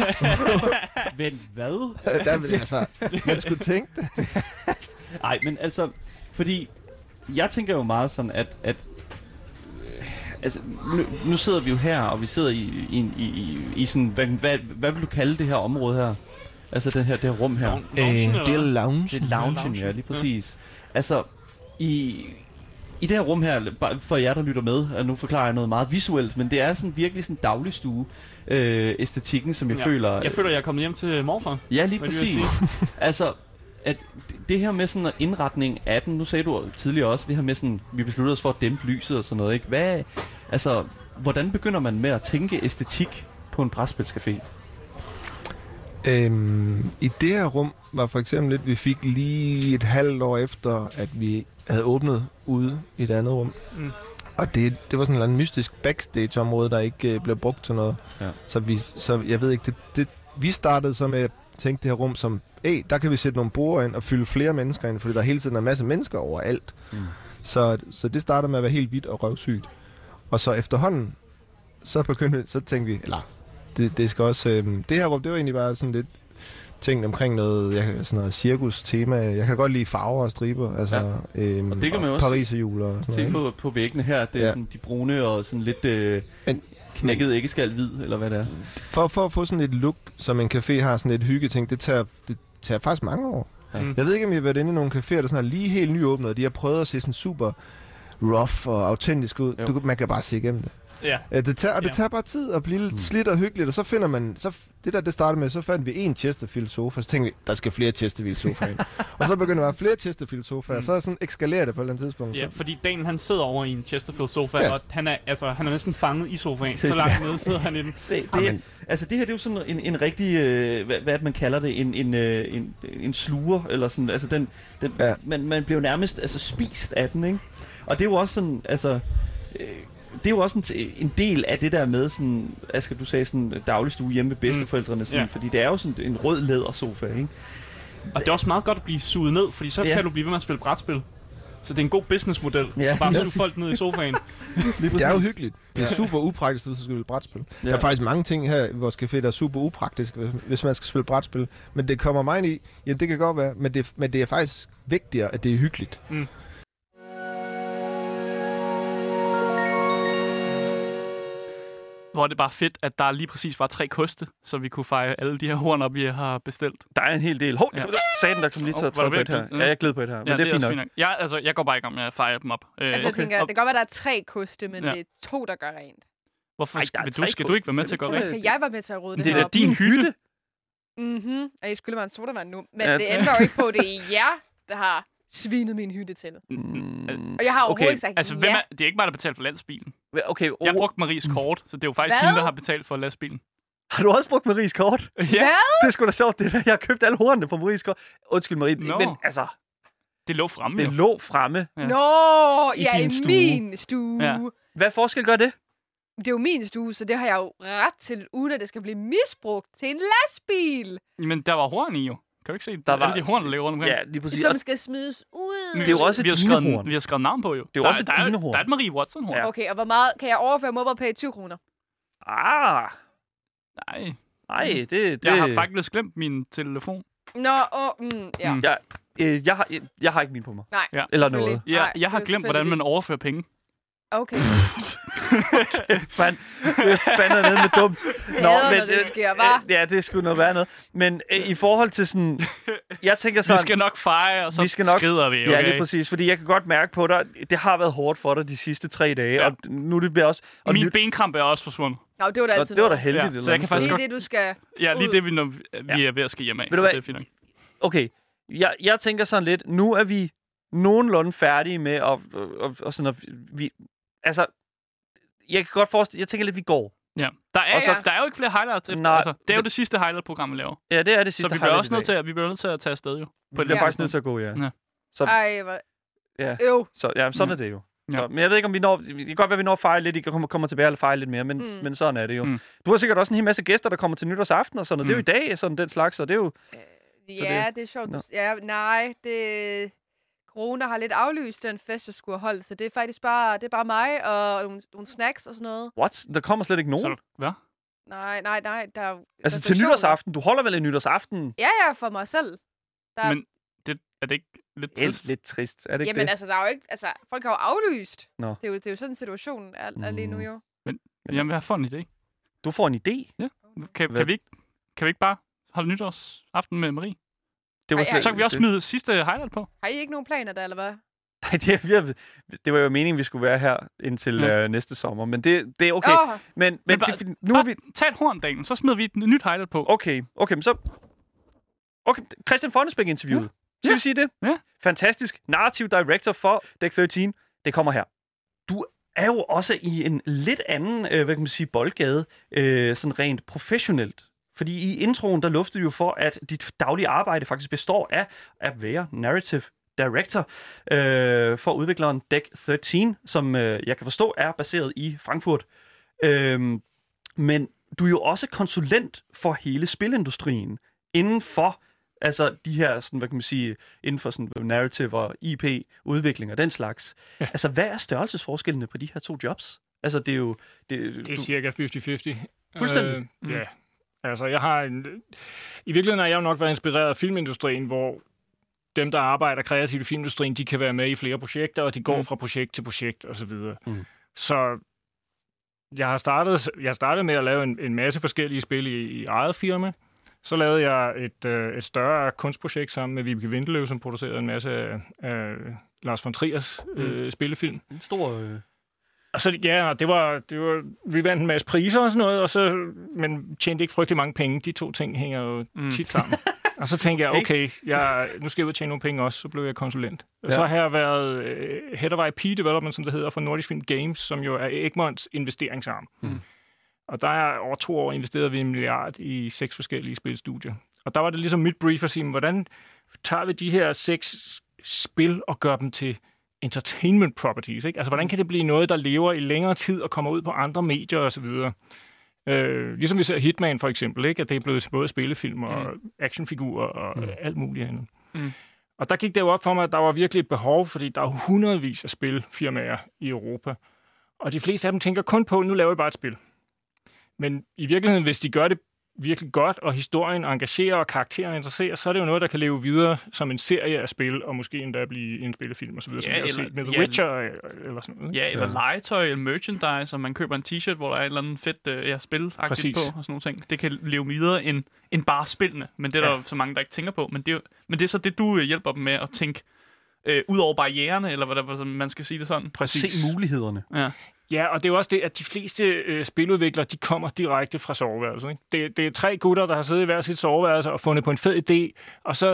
Men hvad? Der, altså, man skulle tænke det. Nej, men altså, fordi jeg tænker jo meget sådan, at, at altså, nu, nu sidder vi jo her, og vi sidder i, i, i, i, i sådan, hvad, hvad, hvad vil du kalde det her område her? Altså det her, det her rum her. Øh, det er lounge. Det er loungen, ja, lige præcis. Ja. Altså, i, i det her rum her, bare for jer, der lytter med, og nu forklarer jeg noget meget visuelt, men det er sådan virkelig sådan dagligstue øh, æstetikken, som jeg ja. føler... Jeg føler, jeg er kommet hjem til morfar. Ja, lige præcis. Altså, at det her med sådan en indretning af den, nu sagde du tidligere også, det her med sådan, vi besluttede os for at dæmpe lyset og sådan noget, ikke? Hvad, altså, hvordan begynder man med at tænke æstetik på en brætspilscafé? Øhm, I det her rum var for eksempel lidt, vi fik lige et halvt år efter, at vi havde åbnet ude i et andet rum. Mm. Og det, det var sådan en eller anden mystisk backstage-område, der ikke øh, blev brugt til noget. Ja. Så, vi, så jeg ved ikke, det, det, vi startede så med at tænke det her rum som, hey, der kan vi sætte nogle borde ind og fylde flere mennesker ind, fordi der hele tiden er en masse mennesker overalt. Mm. Så, så det startede med at være helt hvidt og røvsygt. Og så efterhånden, så begyndte så tænkte vi, eller det, det skal også, øh, det her rum, det var egentlig bare sådan lidt ting omkring noget, jeg, sådan noget cirkus-tema. Jeg kan godt lide farver og striber, altså ja. øhm, og det kan man også pariserhjul og sådan se noget. På, på væggene her, det er ja. sådan de brune og sådan lidt øh, en, knækket æggeskal hvid, eller hvad det er. For, for at få sådan et look, som en café har, sådan et hyggeting, det tager, det tager faktisk mange år. Ja. Jeg ved ikke, om I har været inde i nogle caféer, der sådan er lige helt nyåbnet, og de har prøvet at se sådan super rough og autentisk ud. Du, man kan bare se igennem det. Ja. Øh, det tager, og det Ja. tager bare tid at blive lidt slidt og hyggeligt, og så finder man, så f- det der det startede med, så fandt vi en Chesterfield sofa, så tænkte vi, der skal flere Chesterfield sofaer ind. Og så begynder der at være flere Chesterfield sofaer, og så er sådan ekskalerer det på et eller andet tidspunkt. Ja, Så, fordi Daniel han sidder over i en Chesterfield sofa, Ja. ja. og han er, altså, han er næsten fanget i sofaen. Se- Så langt nede sidder han i den. Se, det, Amen. altså det her, det er jo sådan en, en rigtig, øh, hvad, hvad er det, man kalder det, en, en, øh, en, en sluger, eller sådan, altså den, den Ja. man, man bliver nærmest altså, spist af den, ikke? Og det er jo også sådan, altså, øh, det er jo også en, en del af det der med sådan, Asger, du sagde sådan dagligstue hjemme ved bedsteforældrene, sådan, Ja. fordi det er jo sådan en rød lædersofa, ikke? Og det er også meget godt at blive suget ned, fordi så Ja. ja. kan du blive ved med at spille brætspil. Så det er en god businessmodel. Ja. Ja. Bare Ja. suge folk ned i sofaen. det er jo hyggeligt. Det er super upraktisk, hvis du skal spille brætspil. Ja. Der er faktisk mange ting her i vores café, der er super upraktiske, hvis- hvis man skal spille brætspil. Men det kommer mig ind i, ja, det kan godt være, men det, men det er faktisk vigtigere, at det er hyggeligt. Mm. Hvor er det bare fedt, at der lige præcis var tre koste, så vi kunne fejre alle de her horn op, vi har bestilt. Der er en hel del. Hov, Ja. ja. Sagde der kom lige til Hov, at var du trykke på ved et at her. glide? Ja, jeg gled på et her, men Ja, det er fint nok. nok. Jeg, altså, jeg går bare i gang med at fejre dem op. Øh, Altså, jeg Okay. tænker, det kan godt være, der er tre koste, men Ja. det er to, der gør rent. Hvorfor Ej, skal, der er vil tre du, skal koste. du ikke være med til at gøre Jamen, rent? Hvorfor skal jeg være med til at rydde det, Det er her da op? din hytte. Mhm, og I skylder mig en sodavand nu. Men Ja. det ændrer jo ikke på, at det er jer, der har svinet min hytte til. Mm. Og jeg har overhovedet Okay, ikke sagt Altså, ja. hvem er, det er ikke mig, der betaler for lastbilen. Okay, Jeg oh, brugte Maries kort, så det er jo faktisk Hvad? hende, der har betalt for lastbilen. har du også brugt Maries kort? Ja, Hvad? Det er sgu da sjovt, det der. Jeg har købt alle hornene på Maries kort. Undskyld, Marie, Nå. men altså, det lå fremme det jo. lå fremme. Ja. Nå, I ja, i din stue. min stue. Ja. Hvad forskel gør det? Det er jo min stue, så det har jeg jo ret til, uden at det skal blive misbrugt til en lastbil, Men der var horn i jo. Kan du ikke se? Der Der var- var alle de horn, der ligger rundt omkring. Ja, lige præcis. som Og skal smides ud. det er jo også vi har, dine skrevet, horn. vi har skrevet navn på jo. Det er jo der, også der, dine er, horn. der er et Marie Watson-horn. Ja. Okay, og hvor meget kan jeg overføre MobilePay tyve kroner? Ah, Nej, nej, det... det jeg har faktisk glemt min telefon. Nå, åh, mm, ja. Mm. Jeg, øh, jeg, har, jeg, jeg har ikke min på mig. Nej, Ja. Eller selvfølgelig. noget. Ja, Nej, jeg har det er glemt, hvordan selvfølgelig man overfører penge. ikke. Okay, Fand, fanden er nede med dum. hader, når det øh, sker, hva'? øh, Ja, det skulle noget være noget. Men øh, i forhold til sådan... Jeg tænker sådan... Vi skal nok fejre, og så Vi skal nok- skrider vi, okay? Ja, lige præcis. Fordi jeg kan godt mærke på dig, det har været hårdt for dig de sidste tre dage. Ja. Og nu det bliver også... Og Min nyt, benkrampe er også forsvundet. Nå, det var da og altid det var da noget. heldigt. Ja, et eller så jeg andet kan faktisk sted. Det er det, du skal... Ja, lige ud. det, vi, når vi Ja. er ved at skal hjem af. Ved du Så hvad? det er fint nok. Okay, jeg, jeg tænker sådan lidt, nu er vi nogenlunde færdige med at... Og, og, og sådan at vi... Altså, jeg kan godt forestille... Jeg tænker lidt, vi går. Ja. Der er, Og så- der er jo ikke flere highlights efter. Nej. Altså, det er jo det sidste highlight-program, vi laver. Ja, det er det Så sidste vi bliver highlight også i nødt dag. til at, vi bliver nødt til at tage afsted jo. På Vi et bliver Ja. faktisk nødt til at gå, ja. Ja. Så, Ej, hvor... ja. Øv. Så, ja, sådan Ja. er det jo. Ja. Så, men jeg ved ikke, om vi når... Det kan godt være, vi når at fejre lidt. I kommer, kommer tilbage og fejre lidt mere, men, Mm. men sådan er det jo. Mm. Du har sikkert også en hel masse gæster, der kommer til nytårsaften og sådan noget. Mm. Det er jo i dag, sådan den slags, så det er jo... Ja, det er sjovt. Nå. Ja, nej, det... Corona har lidt aflyst den fest, jeg skulle have holdt, så det er faktisk bare, det er bare mig og nogle, nogle snacks og sådan noget. What? Der kommer slet ikke nogen? Så, hvad? Nej, nej, nej, der er Altså til restriktioner. nytårsaften. Du holder vel en nytårsaften? Ja, ja, for mig selv. Der, Men det, er det ikke lidt Det er trist? lidt trist, er det ikke jamen, det? altså, der er jo ikke, altså, folk har jo aflyst. Nå. Det er jo, det er jo sådan, situationen er, er lige nu Mm. jo. Jamen, jeg har fået en idé. Du får en idé. Kan, Hvad? kan, vi ikke, kan vi ikke bare holde nytårsaften med Marie? Det var Ej, slet ej. Så kan vi også det. smide sidste highlight på. Har I ikke nogen planer der, eller hvad? Nej, det, er, det var jo meningen, vi skulle være her indtil Ja. øh, næste sommer. Men det, det er okay. Åh, Men, men, Men det, bare- er fordi- nu er vi... Tag et horn, Daniel, så smider vi et nyt highlight på. Okay, okay, men så... Okay, Christian Fonnesbæk-interviewet. Skal Ja. vi sige det? Ja. Fantastisk. Narrative director for Deck tretten. Det kommer her. Du er jo også i en lidt anden, øh, hvad kan man sige, boldgade, øh, sådan rent professionelt. Fordi i introen, der luftede du jo for, at dit daglige arbejde faktisk består af at være narrative director øh, for udvikleren Deck tretten, som øh, jeg kan forstå er baseret i Frankfurt. Øh, men du er jo også konsulent for hele spilindustrien inden for altså de her, sådan, hvad kan man sige, inden for sådan narrative og I P-udvikling og den slags. Ja. Altså, hvad er størrelsesforskellene på de her to jobs? Altså, det er jo... Det, Det er du, cirka halvtreds halvtreds. Fuldstændig. Øh, Mm. Ja. Altså, jeg har en... I virkeligheden har jeg jo nok været inspireret af filmindustrien, hvor dem, der arbejder kreativt i filmindustrien, de kan være med i flere projekter, og de går Mm. fra projekt til projekt osv. Så, Mm. så jeg har startet, jeg startede med at lave en, en masse forskellige spil i, i eget firma. Så lavede jeg et, øh, et større kunstprojekt sammen med Vibeke Windeløv, som producerede en masse af, af Lars von Triers øh, spillefilm. en stor... Øh, Og så, ja, det var, det var, vi vandt en masse priser og sådan noget, og så, men tjente ikke frygtelig mange penge. De to ting hænger jo mm. tit sammen. Og så tænkte jeg, okay, jeg, nu skal jeg ud og tjene nogle penge også, så blev jeg konsulent. Og ja. Så har jeg været uh, Head of I P Development, som det hedder, for Nordisk Film Games, som jo er Egmonts investeringsarm. Mm. Og der er over to år investeret vi en milliard i seks forskellige spilstudier. Og der var det ligesom mit brief at sige, hvordan tager vi de her seks spil og gør dem til entertainment properties, ikke? Altså, hvordan kan det blive noget, der lever i længere tid og kommer ud på andre medier og så videre? Øh, ligesom vi ser Hitman for eksempel, ikke? At det er blevet både spillefilm og mm. actionfigurer og mm. alt muligt andet. Mm. Og der gik det jo op for mig, at der var virkelig et behov, fordi der er hundredvis af spilfirmaer i Europa. Og de fleste af dem tænker kun på, nu laver vi bare et spil. Men i virkeligheden, hvis de gør det virkelig godt, og historien engagerer, og karakteren interesserer, så er det jo noget, der kan leve videre som en serie af spil, og måske endda blive en spillefilm og så videre, ja, som vi har set med The ja, Witcher eller sådan noget. Ja, eller ja. legetøj, eller merchandise, og man køber en t-shirt, hvor der er et eller andet fedt uh, ja, spil-agtigt på, og sådan nogle ting. Det kan leve videre end, end bare spillene, men det er ja. der så mange, der ikke tænker på. Men det, er, men det er så det, du hjælper dem med at tænke øh, ud over barriererne, eller hvad der, man skal sige det sådan. Præcis. Se mulighederne. Ja. Ja, og det er jo også det, at de fleste øh, spiludviklere, de kommer direkte fra soveværelset. Ikke? Det, det er tre gutter, der har siddet i hver sit soveværelse og fundet på en fed idé, og så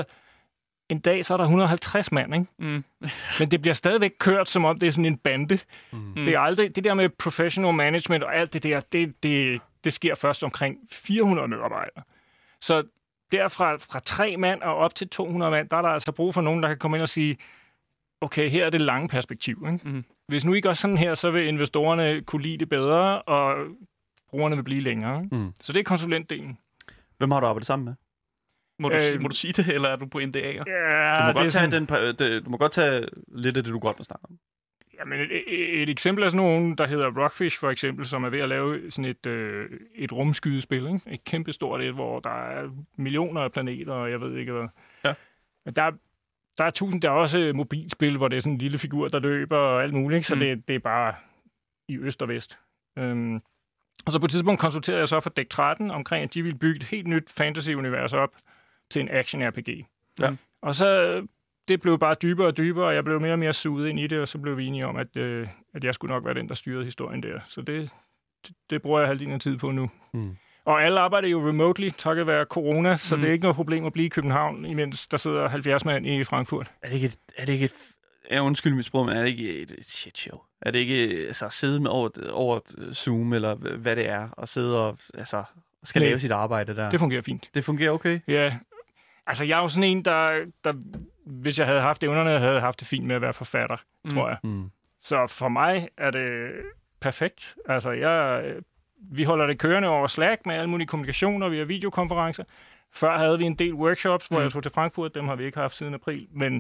en dag, så er der et hundrede og halvtreds mand, ikke? Mm. Men det bliver stadigvæk kørt, som om det er sådan en bande. Mm. Det er aldrig, det der med professional management og alt det der, det, det, det sker først omkring fire hundrede medarbejdere. Så derfra fra tre mand og op til to hundrede mand, der er der altså brug for nogen, der kan komme ind og sige, okay, her er det lange perspektiv, ikke? Mm. Hvis nu I gør sådan her, så vil investorerne kunne lide det bedre, og brugerne vil blive længere. Ikke? Mm. Så det er konsulentdelen. Hvem har du arbejdet sammen med? Må du, øh, må du sige det, eller er du på N D A'er? Ja, du, må godt tage sådan... den, det, du må godt tage lidt af det, du godt vil snakke om. Jamen, et, et, et eksempel er sådan nogen, der hedder Rockfish, for eksempel, som er ved at lave sådan et, øh, et rumskydespil. Ikke? Et kæmpe stort et, hvor der er millioner af planeter, og jeg ved ikke hvad. Ja. Men der Der er tusind, der er også mobilspil, hvor det er sådan en lille figur, der løber og alt muligt, så mm. det, det er bare i øst og vest. Øhm, og så på et tidspunkt konsulterede jeg så for Dæk tretten omkring, at de ville bygge et helt nyt fantasy-univers op til en action-R P G. Ja. Og så det blev bare dybere og dybere, og jeg blev mere og mere suget ind i det, og så blev vi enige om, at, øh, at jeg skulle nok være den, der styrede historien der. Så det, det, det bruger jeg halvdelen af tid på nu. Mm. Og alle arbejder jo remotely, takket være corona, så mm. det er ikke noget problem at blive i København, imens der sidder halvfjerds mand i Frankfurt. Er det ikke et, er det ikke et, jeg undskyld mit sprog, men er det ikke et, et shit show? Er det ikke altså, at sidde med over, over Zoom, eller hvad det er, og sidde og altså, skal Nej, lave sit arbejde der? Det fungerer fint. Det fungerer okay? Ja. Altså, jeg er jo sådan en, der, der hvis jeg havde haft evnerne, havde haft det fint med at være forfatter, mm. tror jeg. Mm. Så for mig er det perfekt. Altså, jeg... Vi holder det kørende over Slack med alle mulige kommunikationer via videokonferencer. Før havde vi en del workshops, hvor mm. jeg tog til Frankfurt. Dem har vi ikke haft siden april, men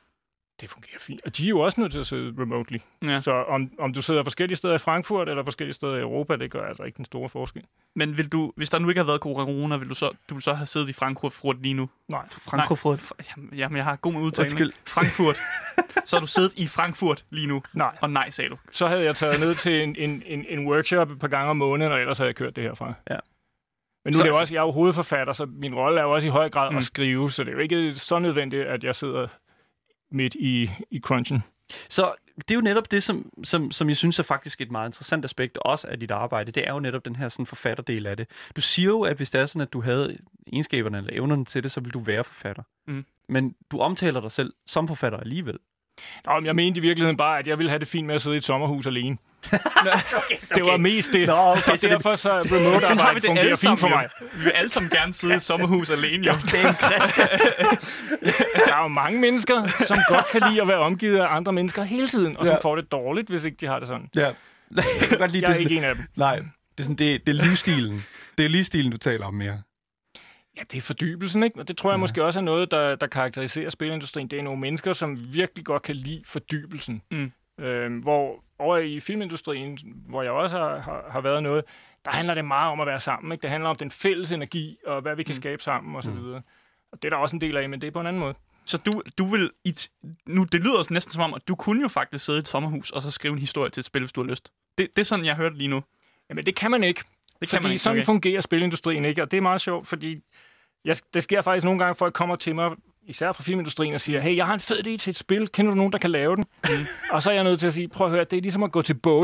det fungerer fint. Og de er jo også nødt til at sidde remotely. Ja. Så om, om du sidder forskellige steder i Frankfurt eller forskellige steder i Europa, det gør altså ikke den store forskel. Men vil du, hvis der nu ikke har været corona, vil du så, du vil så have siddet i Frankfurt lige nu? Nej. Frankfurt? Jamen, jamen, jeg har god med udtale. Frankfurt. Så har du siddet i Frankfurt lige nu? Nej. Og nej, sagde du. Så havde jeg taget ned til en, en, en, en workshop et par gange om måneden, og ellers havde jeg kørt det herfra. Ja. Men nu så, er det jo også, jeg er jo hovedforfatter, så min rolle er jo også i høj grad mm. at skrive, så det er jo ikke så nødvendigt, at jeg sidder midt i, i crunchen. Så det er jo netop det, som, som, som jeg synes er faktisk et meget interessant aspekt også af dit arbejde. Det er jo netop den her sådan, forfatterdel af det. Du siger jo, at hvis det er sådan, at du havde egenskaberne eller evnerne til det, så vil du være forfatter. Mm. Men du omtaler dig selv som forfatter alligevel. Nå, men jeg mente i virkeligheden bare, at jeg ville have det fint med at sidde i et sommerhus alene. okay, okay. Det var mest det. Nå, okay, så derfor så remote arbejde det fungerer fint for mig. Vi vil alle sammen gerne sidde i et sommerhus alene. Jo. Det er en Christian. Der er jo mange mennesker, som godt kan lide at være omgivet af andre mennesker hele tiden, og som ja. får det dårligt, hvis ikke de har det sådan. Ja. jeg kan godt lide, jeg er det ikke en af dem. Nej, det er, sådan, det, det er livsstilen. Det er livsstilen, du taler om mere. Ja, det er fordybelsen, ikke? Og det tror jeg ja. måske også er noget, der, der karakteriserer spilindustrien. Det er nogle mennesker, som virkelig godt kan lide fordybelsen. Mm. Øhm, hvor over i filmindustrien, hvor jeg også har, har, har været noget, der handler det meget om at være sammen, ikke? Det handler om den fælles energi, og hvad vi kan mm. skabe sammen, og så videre. Mm. Og det er der også en del af, men det er på en anden måde. Så du, du vil... I nu, det lyder også næsten som om, at du kunne jo faktisk sidde i et sommerhus, og så skrive en historie til et spil, hvis du har lyst. Det, det er sådan, jeg hørte lige nu. Jamen, det kan man ikke. Det kan fordi man ikke, sådan okay. fungerer spilindustrien ikke, og det er meget sjovt, fordi jeg, det sker faktisk nogle gange, at folk kommer til mig, især fra filmindustrien, og siger, hey, jeg har en fed idé til et spil, kender du nogen, der kan lave den? Mm. Og så er jeg nødt til at sige, prøv at høre, det er ligesom at gå til Boeing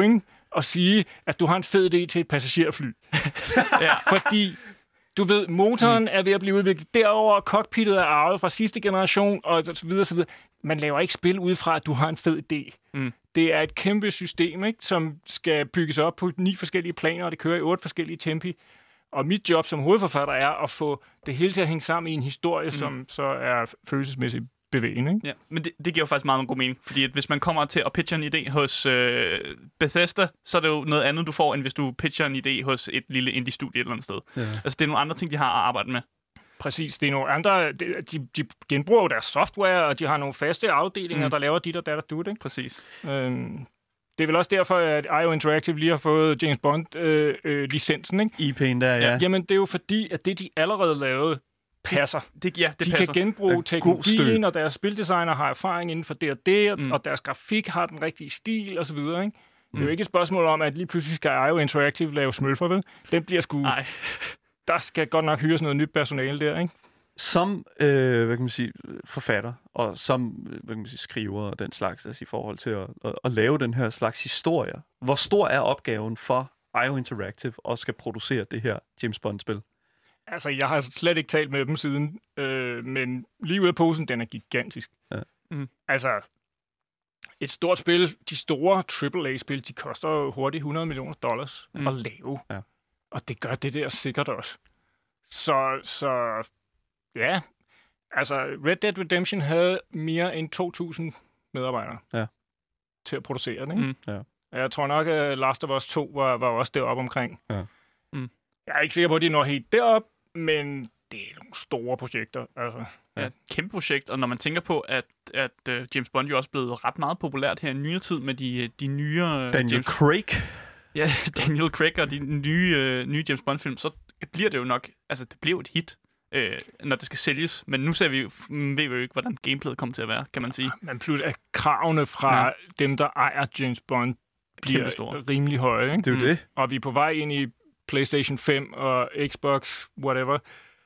at sige, at du har en fed idé til et passagerfly. Ja. Fordi, du ved, motoren mm. er ved at blive udviklet derover, cockpittet er arvet fra sidste generation, og så videre, så videre. Man laver ikke spil ud fra, at du har en fed idé. Mm. Det er et kæmpe system, ikke, som skal bygges op på ni forskellige planer, og det kører i otte forskellige tempi. Og mit job som hovedforfatter er at få det hele til at hænge sammen i en historie, mm. som så er følelsesmæssigt bevægende. Ikke? Ja, men det, det giver jo faktisk meget god mening, fordi at hvis man kommer til at pitche en idé hos øh, Bethesda, så er det jo noget andet, du får, end hvis du pitcher en idé hos et lille indie-studie et eller andet sted. Ja. Altså, det er nogle andre ting, de har at arbejde med. Præcis, det er nogle andre, de, de genbruger jo deres software, og de har nogle faste afdelinger, mm. der laver dit og dat og dut, ikke? Præcis. Øhm, det er vel også derfor, at I O Interactive lige har fået James Bond-licensen, øh, øh, ikke? I P'en der, ja. Jamen, det er jo fordi, at det, de allerede lavede, passer. Det, ja, det de passer. kan genbruge teknologien, og deres spildesigner har erfaring inden for det og det, mm. og deres grafik har den rigtige stil, og så videre, ikke? Mm. Det er jo ikke et spørgsmål om, at lige pludselig skal I O Interactive lave smølfer, vel? Den bliver sgu... Nej. Der skal godt nok hyres noget nyt personale der, ikke? Som øh, hvad kan man sige, forfatter, og som hvad kan man sige, skriver og den slags, altså i forhold til at, at, at lave den her slags historier. Hvor stor er opgaven for I O Interactive at skal producere det her James Bond-spil? Altså, jeg har slet ikke talt med dem siden, øh, men lige ud af posen, den er gigantisk. Ja. Mm. Altså, et stort spil, de store triple A-spil, de koster jo hurtigt hundrede millioner dollars mm. at lave. Ja. Og det gør det der sikkert også. Så, så ja, altså Red Dead Redemption havde mere end to tusind medarbejdere ja. til at producere den, ikke? Mm. Ja. Jeg tror nok, at Last of Us to var, var også deroppe omkring. Ja. Mm. Jeg er ikke sikker på, at de når helt derop, men det er nogle store projekter. Altså. Ja, et kæmpe projekt, og når man tænker på, at, at uh, James Bond jo også blevet ret meget populært her i nyere tid med de, de nye... Daniel James... Craig. Ja, Daniel Craig og de nye, øh, nye James Bond-film, så bliver det jo nok... Altså, det bliver jo et hit, øh, når det skal sælges. Men nu ser vi jo, ved vi jo ikke, hvordan gameplayet kommer til at være, kan man sige. Men plus at kravene fra ja. dem, der ejer James Bond, bliver rimelig høje. Ikke? Det er jo mm. det. Og vi er på vej ind i PlayStation fem og Xbox, whatever.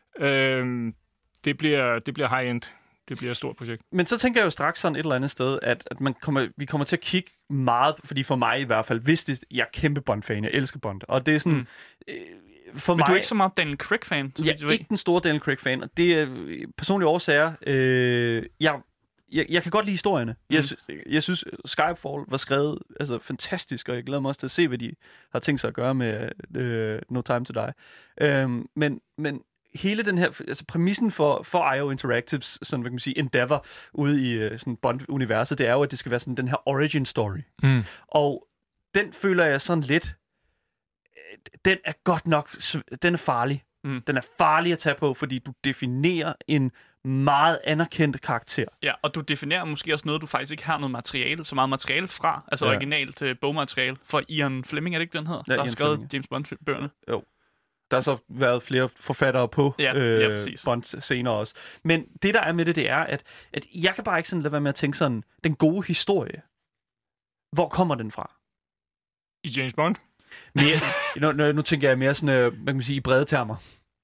Øhm, det, bliver, det bliver high-end. Det bliver et stort projekt. Men så tænker jeg jo straks sådan et eller andet sted, at, at man kommer, vi kommer til at kigge meget, fordi for mig i hvert fald, hvis det, jeg er kæmpe Bond-fan, jeg elsker Bond, og det er sådan... Mm. Øh, for Men mig, du er ikke så meget Daniel Craig-fan? Jeg er ikke den store Daniel Craig-fan, og det er personlige årsager. Øh, jeg, jeg, jeg kan godt lide historierne. Mm. Jeg, jeg synes, Skyfall var skrevet altså, fantastisk, og jeg glæder mig også til at se, hvad de har tænkt sig at gøre med uh, No Time to Die. Øh, men... men hele den her, altså præmissen for, for I O Interactives, sådan, hvad kan man sige, endeavor ude i uh, sådan Bond-universet, det er jo, at det skal være sådan den her origin story. Mm. Og den føler jeg sådan lidt, den er godt nok, den er farlig. Mm. Den er farlig at tage på, fordi du definerer en meget anerkendt karakter. Ja, og du definerer måske også noget, du faktisk ikke har noget materiale, så meget materiale fra, altså ja. originalt uh, bogmateriale, for Ian Fleming, er det ikke den her, ja, der har skrevet Fleming, ja. James Bond-bøgerne? Jo. Der har så været flere forfattere på ja, øh, ja, Bond senere også. Men det, der er med det, det er, at, at jeg kan bare ikke sådan lade være med at tænke sådan, den gode historie, hvor kommer den fra? I James Bond? Mere, nu, nu tænker jeg mere sådan, øh, hvad kan man sige, i brede termer.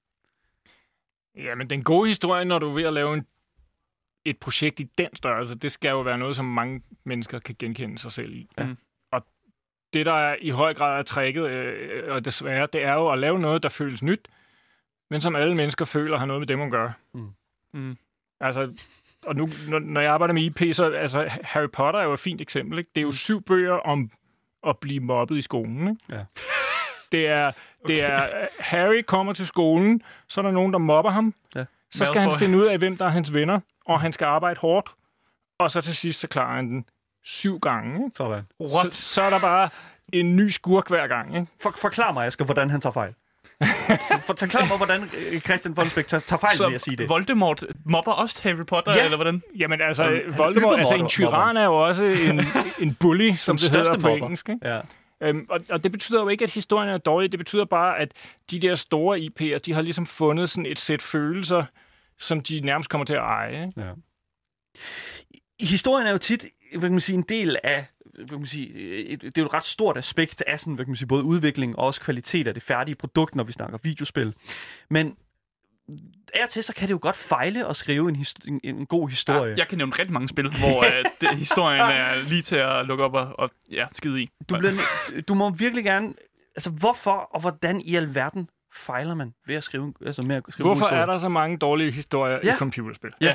Ja, men den gode historie, når du er ved at lave en, et projekt i den størrelse, det skal jo være noget, som mange mennesker kan genkende sig selv i. Ja. Og det, der er i høj grad er tricket, øh, og desværre, det er jo at lave noget, der føles nyt, men som alle mennesker føler har noget med dem at gøre. Mm. Mm. Altså, og nu, når jeg arbejder med I P, så altså, Harry Potter er jo et fint eksempel. Ikke? Det er jo syv bøger om at blive mobbet i skolen. Ikke? Ja. Det er, det er okay. Harry kommer til skolen, så er der nogen, der mobber ham. Ja. Så skal han finde ud af, hvem der er hans venner, og han skal arbejde hårdt. Og så til sidst, så klarer han den syv gange. Ikke? Sådan. Så, så er der bare en ny skurk hver gang. Ikke? For, forklar mig, Asger, hvordan han tager fejl. Forklar mig, hvordan Christian Wolfsbæk tager, tager fejl, vil jeg sige det. Voldemort mobber også Harry Potter, ja. eller hvordan? Jamen altså, um, Voldemort, altså en tyran er jo også en, en bully, som det hedder på mobber. Engelsk. Ikke? Ja. Øhm, og, og det betyder jo ikke, at historien er dårlig. Det betyder bare, at de der store I P'er, de har ligesom fundet sådan et sæt følelser, som de nærmest kommer til at eje. Ikke? Ja. Historien er jo tit, hvad kan man sige, en del af, hvad kan man sige, et, det er jo et ret stort aspekt af sådan, hvad kan man sige, både udvikling og også kvalitet af det færdige produkt, når vi snakker videospil. Men af og til, så kan det jo godt fejle at skrive en, his- en, en god historie. Ja, jeg kan nævne rigtig mange spil, hvor uh, det, historien er lige til at lukke op og, og ja, skide i. Du, bliver, du må virkelig gerne... Altså, hvorfor og hvordan i alverden fejler man ved at skrive, altså med at skrive Hvorfor historie? er der så mange dårlige historier Ja. i computerspil? Ja.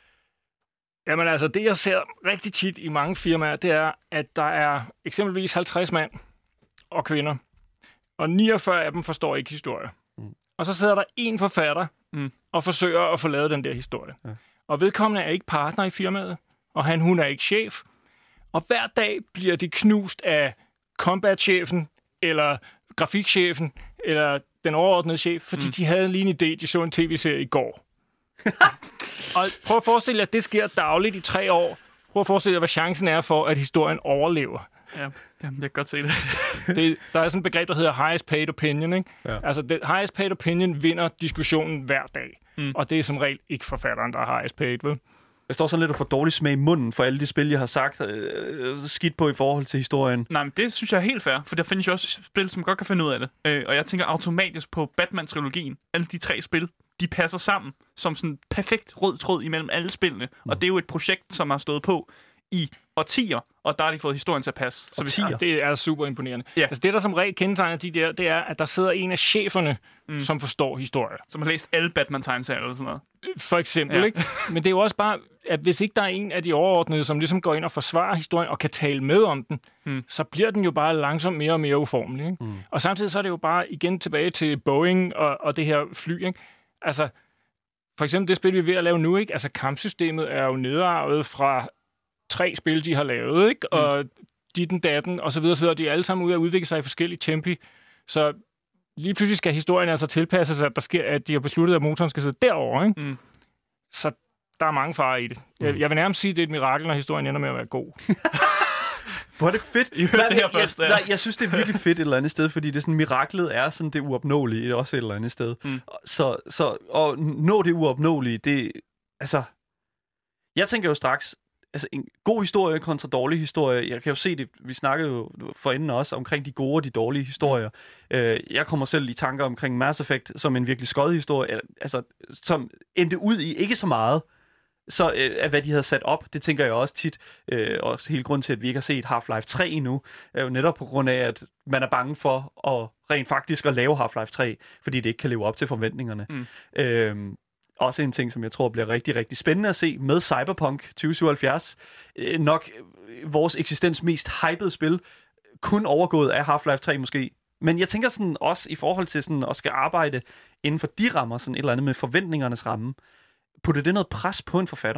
Jamen altså, det jeg ser rigtig tit i mange firmaer, det er, at der er eksempelvis halvtreds mand og kvinder, og niogfyrre af dem forstår ikke historie. Mm. Og så sidder der en forfatter Mm. og forsøger at få lavet den der historie. Ja. Og vedkommende er ikke partner i firmaet, og han, hun er ikke chef. Og hver dag bliver de knust af combat-chefen, eller grafikchefen, eller den overordnede chef, fordi mm. de havde lige en idé, de så en tv-serie i går. Og prøv at forestille jer, at det sker dagligt i tre år. Prøv at forestille jer, hvad chancen er for, at historien overlever. Ja, jamen, jeg kan godt se det. det. Der er sådan et begreb, der hedder highest paid opinion. Ikke? Ja. Altså, det, highest paid opinion vinder diskussionen hver dag. Mm. Og det er som regel ikke forfatteren, der er highest paid, vel? Jeg står sådan lidt og får dårlig smag i munden for alle de spil, jeg har sagt øh, skidt på i forhold til historien. Nej, men det synes jeg er helt fair, for der findes jo også spil, som godt kan finde ud af det. Øh, og jeg tænker automatisk på Batman-trilogien. Alle de tre spil, de passer sammen som sådan en perfekt rød tråd imellem alle spillene. Mm. Og det er jo et projekt, som har stået på i årtier, og der har de fået historien til at passe. Så Årtier? Ja, det er super imponerende. Ja. Altså, det, der som regel kendetegner de der, det er, at der sidder en af cheferne, mm. som forstår historie. Som har læst alle Batman-tegneserier eller sådan noget. For eksempel, Ja. ikke? Men det er jo også bare, at hvis ikke der er en af de overordnede, som ligesom går ind og forsvarer historien og kan tale med om den, Mm. så bliver den jo bare langsomt mere og mere uformelig. Ikke? Mm. Og samtidig så er det jo bare igen tilbage til Boeing og, og det her fly. Ikke? Altså, for eksempel det spil, vi er ved at lave nu, ikke? Altså, kampsystemet er jo nedarvet fra tre spil, de har lavet, ikke? Mm. Og ditten, datten, og så videre, så videre. De er alle sammen ude at udvikle sig i forskellige tempi. Så lige pludselig skal historien altså tilpasse sig, at, der sker, at de har besluttet, at motoren skal sidde derovre, ikke? Mm. Så der er mange farer i det. Jeg, jeg vil nærmest sige, at det er et mirakel, når historien ender med at være god. Hvor er det fedt. I hørte det her først, jeg, ja. nej, jeg synes, det er virkelig fedt et eller andet sted, fordi det er sådan, miraklet er sådan det uopnåelige også et eller andet sted. Mm. Så, så at nå det uopnåelige, det altså... Jeg tænker jo straks, altså en god historie kontra dårlig historie. Jeg kan jo se det, vi snakkede jo forinden også omkring de gode og de dårlige historier. Øh, jeg kommer selv i tanker omkring Mass Effect som en virkelig skød historie, altså som endte ud i ikke så meget, så øh, af hvad de havde sat op. Det tænker jeg også tit, øh, og hele grunden til, at vi ikke har set Half-Life tre endnu, er jo netop på grund af, at man er bange for at rent faktisk at lave Half-Life tre, fordi det ikke kan leve op til forventningerne. Mm. Øh, Også en ting, som jeg tror bliver rigtig, rigtig spændende at se med Cyberpunk tyve syvoghalvfjerds. Øh, nok vores eksistens mest hypede spil, kun overgået af Half-Life tre måske. Men jeg tænker sådan også i forhold til sådan at skal arbejde inden for de rammer, sådan et eller andet med forventningernes ramme. Putter det noget pres på en forfatter?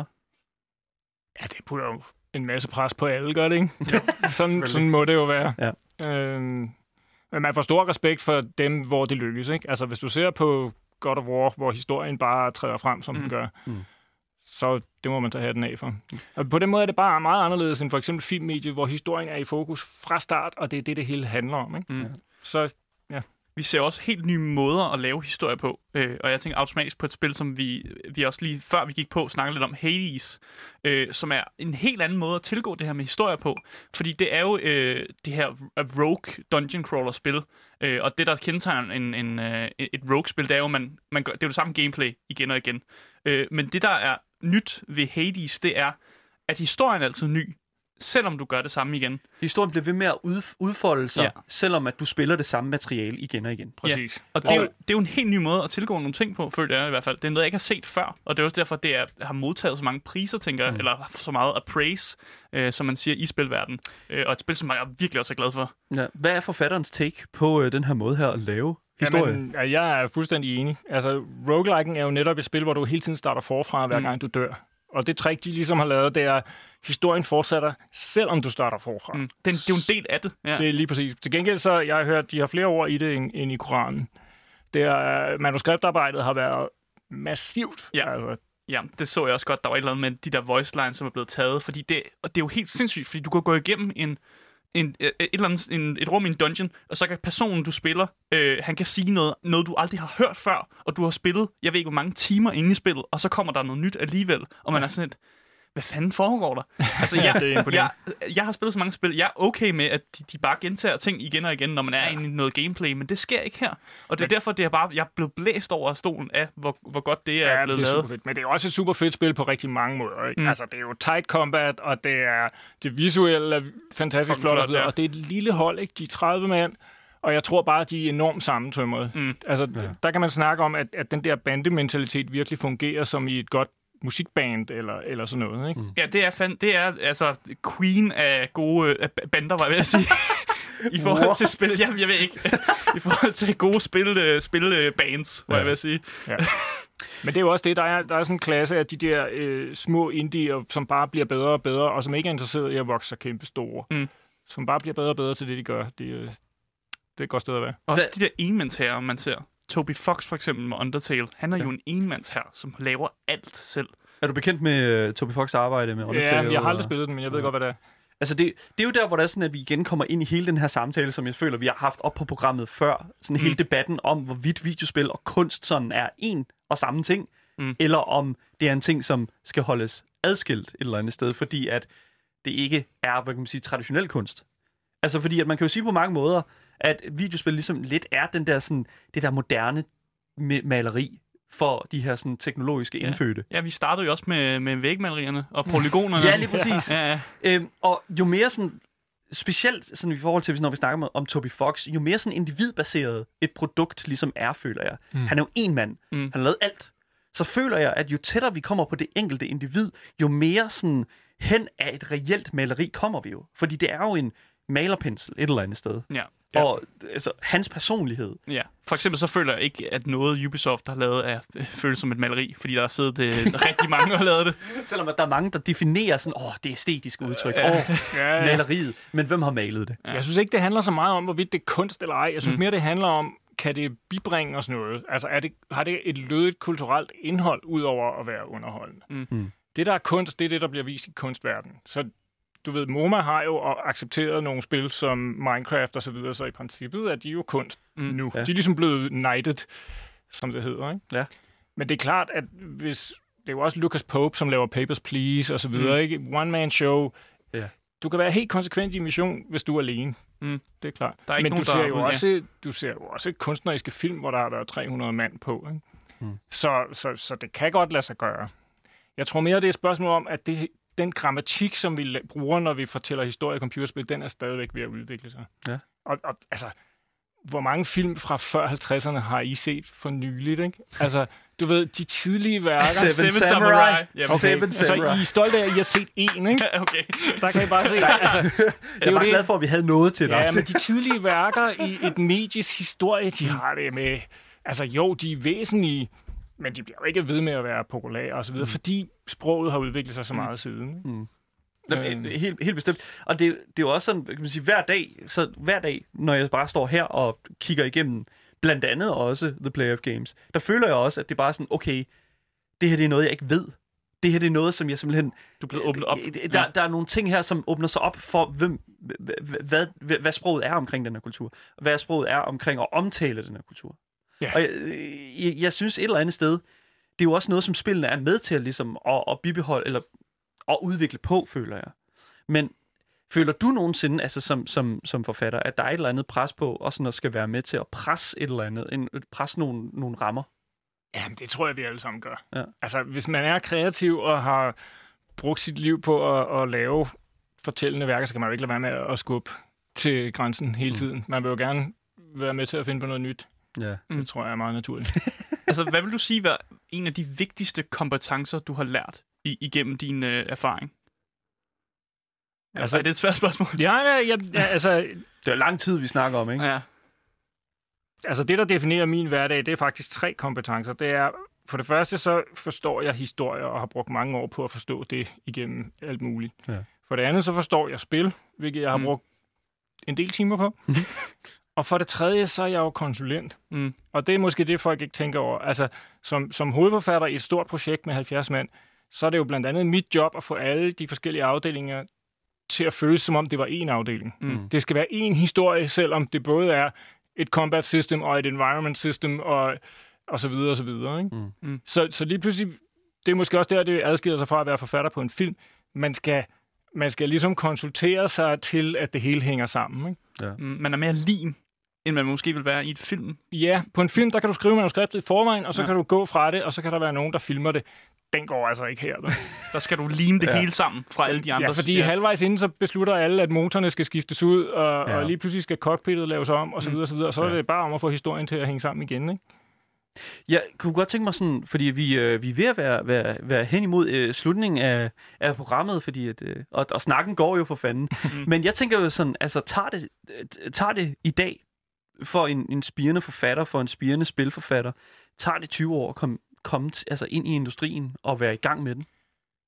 Ja, det putter jo en masse pres på alle, gør det ikke? Ja, sådan, sådan må det jo være. Ja. Øhm, men man får stor respekt for dem, hvor det lykkes, ikke? Altså, hvis du ser på God of War, hvor historien bare træder frem, som mm. den gør, mm. så det må man tage hatten af for. Og på den måde er det bare meget anderledes end for eksempel filmmediet, hvor historien er i fokus fra start, og det er det, det hele handler om, ikke? Mm. Så, ja. Vi ser også helt nye måder at lave historie på, øh, og jeg tænker automatisk på et spil, som vi, vi også lige før vi gik på, snakkede lidt om, Hades, øh, som er en helt anden måde at tilgå det her med historie på, fordi det er jo øh, det her rogue dungeon crawler spil, øh, og det der kendetegner en, en, øh, et rogue spil, det er jo, man, man gør, det er jo det samme gameplay igen og igen, øh, men det der er nyt ved Hades, det er, at historien er altid ny, selvom du gør det samme igen. Historien bliver ved med at ud, udfolde sig, Ja. selvom at du spiller det samme materiale igen og igen. Præcis. Ja. Og det er, jo, det er jo en helt ny måde at tilgå nogle ting på, føler jeg i hvert fald. Det er noget, jeg ikke har set før, og det er også derfor, det er, har modtaget så mange priser, tænker jeg, mm. eller så meget appraise, øh, som man siger i spilverdenen. Øh, og et spil, som jeg virkelig også er glad for. Ja. Hvad er forfatterens take på øh, den her måde her at lave historie? Jamen, ja, jeg er fuldstændig enig. Altså, rogueliken er jo netop et spil, hvor du hele tiden starter forfra, hver Mm. gang du dør. Og det trick, de ligesom har lavet, det er, historien fortsætter, selvom du starter forfra. Mm. Det, er, det er jo en del af det. Ja. Det er lige præcis. Til gengæld så, jeg har hørt, de har flere ord i det end, end i Koranen. Det er, manuskriptarbejdet har været massivt. Ja. Altså, Ja, det så jeg også godt. Der var et eller andet med de der voice lines, som er blevet taget. Fordi det, og det er jo helt sindssygt, fordi du kan gå igennem en, en, et, eller andet, en, et rum i en dungeon, og så kan personen, du spiller, øh, han kan sige noget, noget, du aldrig har hørt før, og du har spillet, jeg ved ikke, hvor mange timer inde i spillet, og så kommer der noget nyt alligevel, og man ja. er sådan et, hvad fanden foregår der? Altså, jeg, det er jeg, jeg har spillet så mange spil. Jeg er okay med, at de, de bare gentager ting igen og igen, når man er ja. inde i noget gameplay, men det sker ikke her. Og det er men, derfor, det er bare, jeg er blevet blæst over stolen af, hvor, hvor godt det er ja, blevet det er lavet. Fedt. Men det er også et super fedt spil på rigtig mange måder. Ikke? Mm. Altså, det er jo tight combat, og det er det visuelle er fantastisk flot, flot og, ja. og det er et lille hold, ikke? De er tredive mand, og jeg tror bare, de er enormt sammentømrede. Mm. Altså, ja. der kan man snakke om, at, at den der bandementalitet virkelig fungerer som i et godt musikband eller, eller sådan noget, ikke? Mm. Ja, det er, fand, det er altså queen af gode af bander, var jeg ved at sige. I forhold What? til spil, jeg, jeg ved ikke. I forhold til gode spil, spil bands, var ja. jeg ved at sige. Ja. Men det er jo også det, der er, der er sådan en klasse af de der øh, små indier, som bare bliver bedre og bedre, og som ikke er interesseret i at vokse sig kæmpe store. Mm. Som bare bliver bedre og bedre til det, de gør. Det, øh, det er et godt sted at være. Også de der enmandsherrer, man ser. Toby Fox for eksempel med Undertale. Han er ja. jo en enmandsherre, som laver alt selv. Er du bekendt med uh, Toby Fox' arbejde med Undertale? Ja, jeg har aldrig spillet den, men jeg ved ja. godt, hvad det er. Altså, det, det er jo der, hvor det er sådan, at vi igen kommer ind i hele den her samtale, som jeg føler, vi har haft op på programmet før. Sådan mm. hele debatten om, hvorvidt videospil og kunst sådan er en og samme ting, mm. eller om det er en ting, som skal holdes adskilt et eller andet sted, fordi at det ikke er, hvad kan man sige, traditionel kunst. Altså, fordi at man kan jo sige på mange måder, at videospil ligesom lidt er den der sådan, det der moderne maleri for de her sådan teknologiske indfødte. Ja, ja vi startede jo også med, med vægmalerierne og polygonerne. Ja, lige præcis. Ja, ja. Øhm, og jo mere sådan, specielt sådan i forhold til, når vi snakker med, om Toby Fox, jo mere sådan individbaseret et produkt ligesom er, føler jeg. Mm. Han er jo en mand. Mm. Han har lavet alt. Så føler jeg, at jo tættere vi kommer på det enkelte individ, jo mere sådan hen af et reelt maleri kommer vi jo. Fordi det er jo en malerpensel et eller andet sted. Ja. Ja. Og altså, hans personlighed. Ja. For eksempel så føler jeg ikke, at noget Ubisoft har lavet er føles som et maleri, fordi der har siddet øh, rigtig mange og har lavet det. Selvom at der er mange, der definerer sådan, åh, det æstetiske udtryk, åh, ja. oh, ja, ja. maleriet. Men hvem har malet det? Ja. Jeg synes ikke, det handler så meget om, hvorvidt det er kunst eller ej. Jeg synes mm. mere, det handler om, kan det bibringe os noget? Altså, er det, har det et lødigt kulturelt indhold, ud over at være underholdende? Mm. Mm. Det, der er kunst, det er det, der bliver vist i kunstverdenen. Så du ved, MoMA har jo accepteret nogle spil som Minecraft og så videre, så i princippet er de jo kunst mm, nu. Ja. De er ligesom blevet knighted, som det hedder, ikke? Ja. Men det er klart, at hvis... Det er jo også Lucas Pope, som laver Papers, Please og så videre, mm. ikke? One-man-show. Ja. Du kan være helt konsekvent i mission, hvis du er alene. Mm. Det er klart. Der er ikke Men nogen, du, ser der jo er, også, ja. du ser jo også kunstneriske film, hvor der har været tre hundrede mand på, ikke? Mm. Så, så, så det kan godt lade sig gøre. Jeg tror mere, det er et spørgsmål om, at det... Den grammatik, som vi bruger, når vi fortæller historie i computerspil, den er stadigvæk ved at udvikle sig. Ja. Og, og altså, hvor mange film fra før halvtredserne har I set for nyligt, ikke? Altså, du ved, de tidlige værker... Seven, Seven Samurai. Samurai. Jamen, okay. Seven Samurai. Altså, I er stolte af, at I har set én, ikke? Okay. Der kan I bare se... Altså, det jeg er bare det. glad for, at vi havde noget til dig. Ja, men de tidlige værker i et medies historie, de har det med... Altså, jo, de er væsentlige... Men de bliver jo ikke ved med at være populære og så videre, mm. fordi sproget har udviklet sig så meget mm. siden. Mm. Øhm. Helt, helt bestemt. Og det, det er jo også sådan, kan man sige, hver dag, så hver dag, når jeg bare står her og kigger igennem, blandt andet også The Play of Games, der føler jeg også, at det er bare sådan, okay, det her det er noget, jeg ikke ved. Det her det er noget, som jeg simpelthen... Du er blevet åbnet op. Der, ja. der er nogle ting her, som åbner sig op for, hvem, hvad, hvad, hvad sproget er omkring den her kultur. Hvad sproget er omkring at omtale den her kultur. Ja. Og jeg, jeg, jeg synes et eller andet sted, det er jo også noget, som spillene er med til ligesom, at, at bibeholde, eller at udvikle på, føler jeg. Men føler du nogensinde, altså som, som, som forfatter, at der er et eller andet pres på, også når skal være med til at presse et eller andet, en, presse nogle, nogle rammer? Jamen, det tror jeg, vi alle sammen gør. Ja. Altså, hvis man er kreativ og har brugt sit liv på at, at lave fortællende værker, så kan man jo ikke lade være med at skubbe til grænsen hele tiden. Mm. Man vil jo gerne være med til at finde på noget nyt. Ja. Mm. Det tror jeg er meget naturligt. Altså, hvad vil du sige var en af de vigtigste kompetencer, du har lært i, igennem din øh, erfaring? Altså, er det et svært spørgsmål? Ja, ja, ja, ja altså... Det er lang tid, vi snakker om, ikke? Ja. Altså, det, der definerer min hverdag, det er faktisk tre kompetencer. Det er, for det første, så forstår jeg historie og har brugt mange år på at forstå det igennem alt muligt. Ja. For det andet, så forstår jeg spil, hvilket jeg har mm. brugt en del timer på. Og for det tredje, så er jeg jo konsulent. Mm. Og det er måske det, folk ikke tænker over. Altså, som, som hovedforfatter i et stort projekt med halvfjerds mand, så er det jo blandt andet mit job at få alle de forskellige afdelinger til at føles, som om det var én afdeling. Mm. Det skal være én historie, selvom det både er et combat system og et environment system og, og så videre og så videre. Ikke? Mm. Så, så lige pludselig det er måske også der, det adskiller sig fra at være forfatter på en film. Man skal, man skal ligesom konsultere sig til, at det hele hænger sammen. Ikke? Ja. Mm, man er mere lim, end man måske vil være i et film. Ja, på en film, der kan du skrive manuskriptet i forvejen, og så ja. kan du gå fra det, og så kan der være nogen, der filmer det. Den går altså ikke her. Der skal du lime det ja. hele sammen fra alle de andre. Ja, fordi ja. halvvejs inden, så beslutter alle, at motorerne skal skiftes ud, og, ja. og lige pludselig skal cockpittet laves om, og så videre, og så videre. Og så er det bare om at få historien til at hænge sammen igen, ikke? Jeg kunne godt tænke mig sådan, fordi vi, øh, vi er ved at være, være, være hen imod øh, slutningen af, af programmet, fordi at, øh, og, og snakken går jo for fanden. Mm. Men jeg tænker jo sådan, altså tager det, tager det i dag for en, en spirende forfatter, for en spirende spilforfatter, tager det tyve år at komme, komme t- altså ind i industrien og være i gang med den?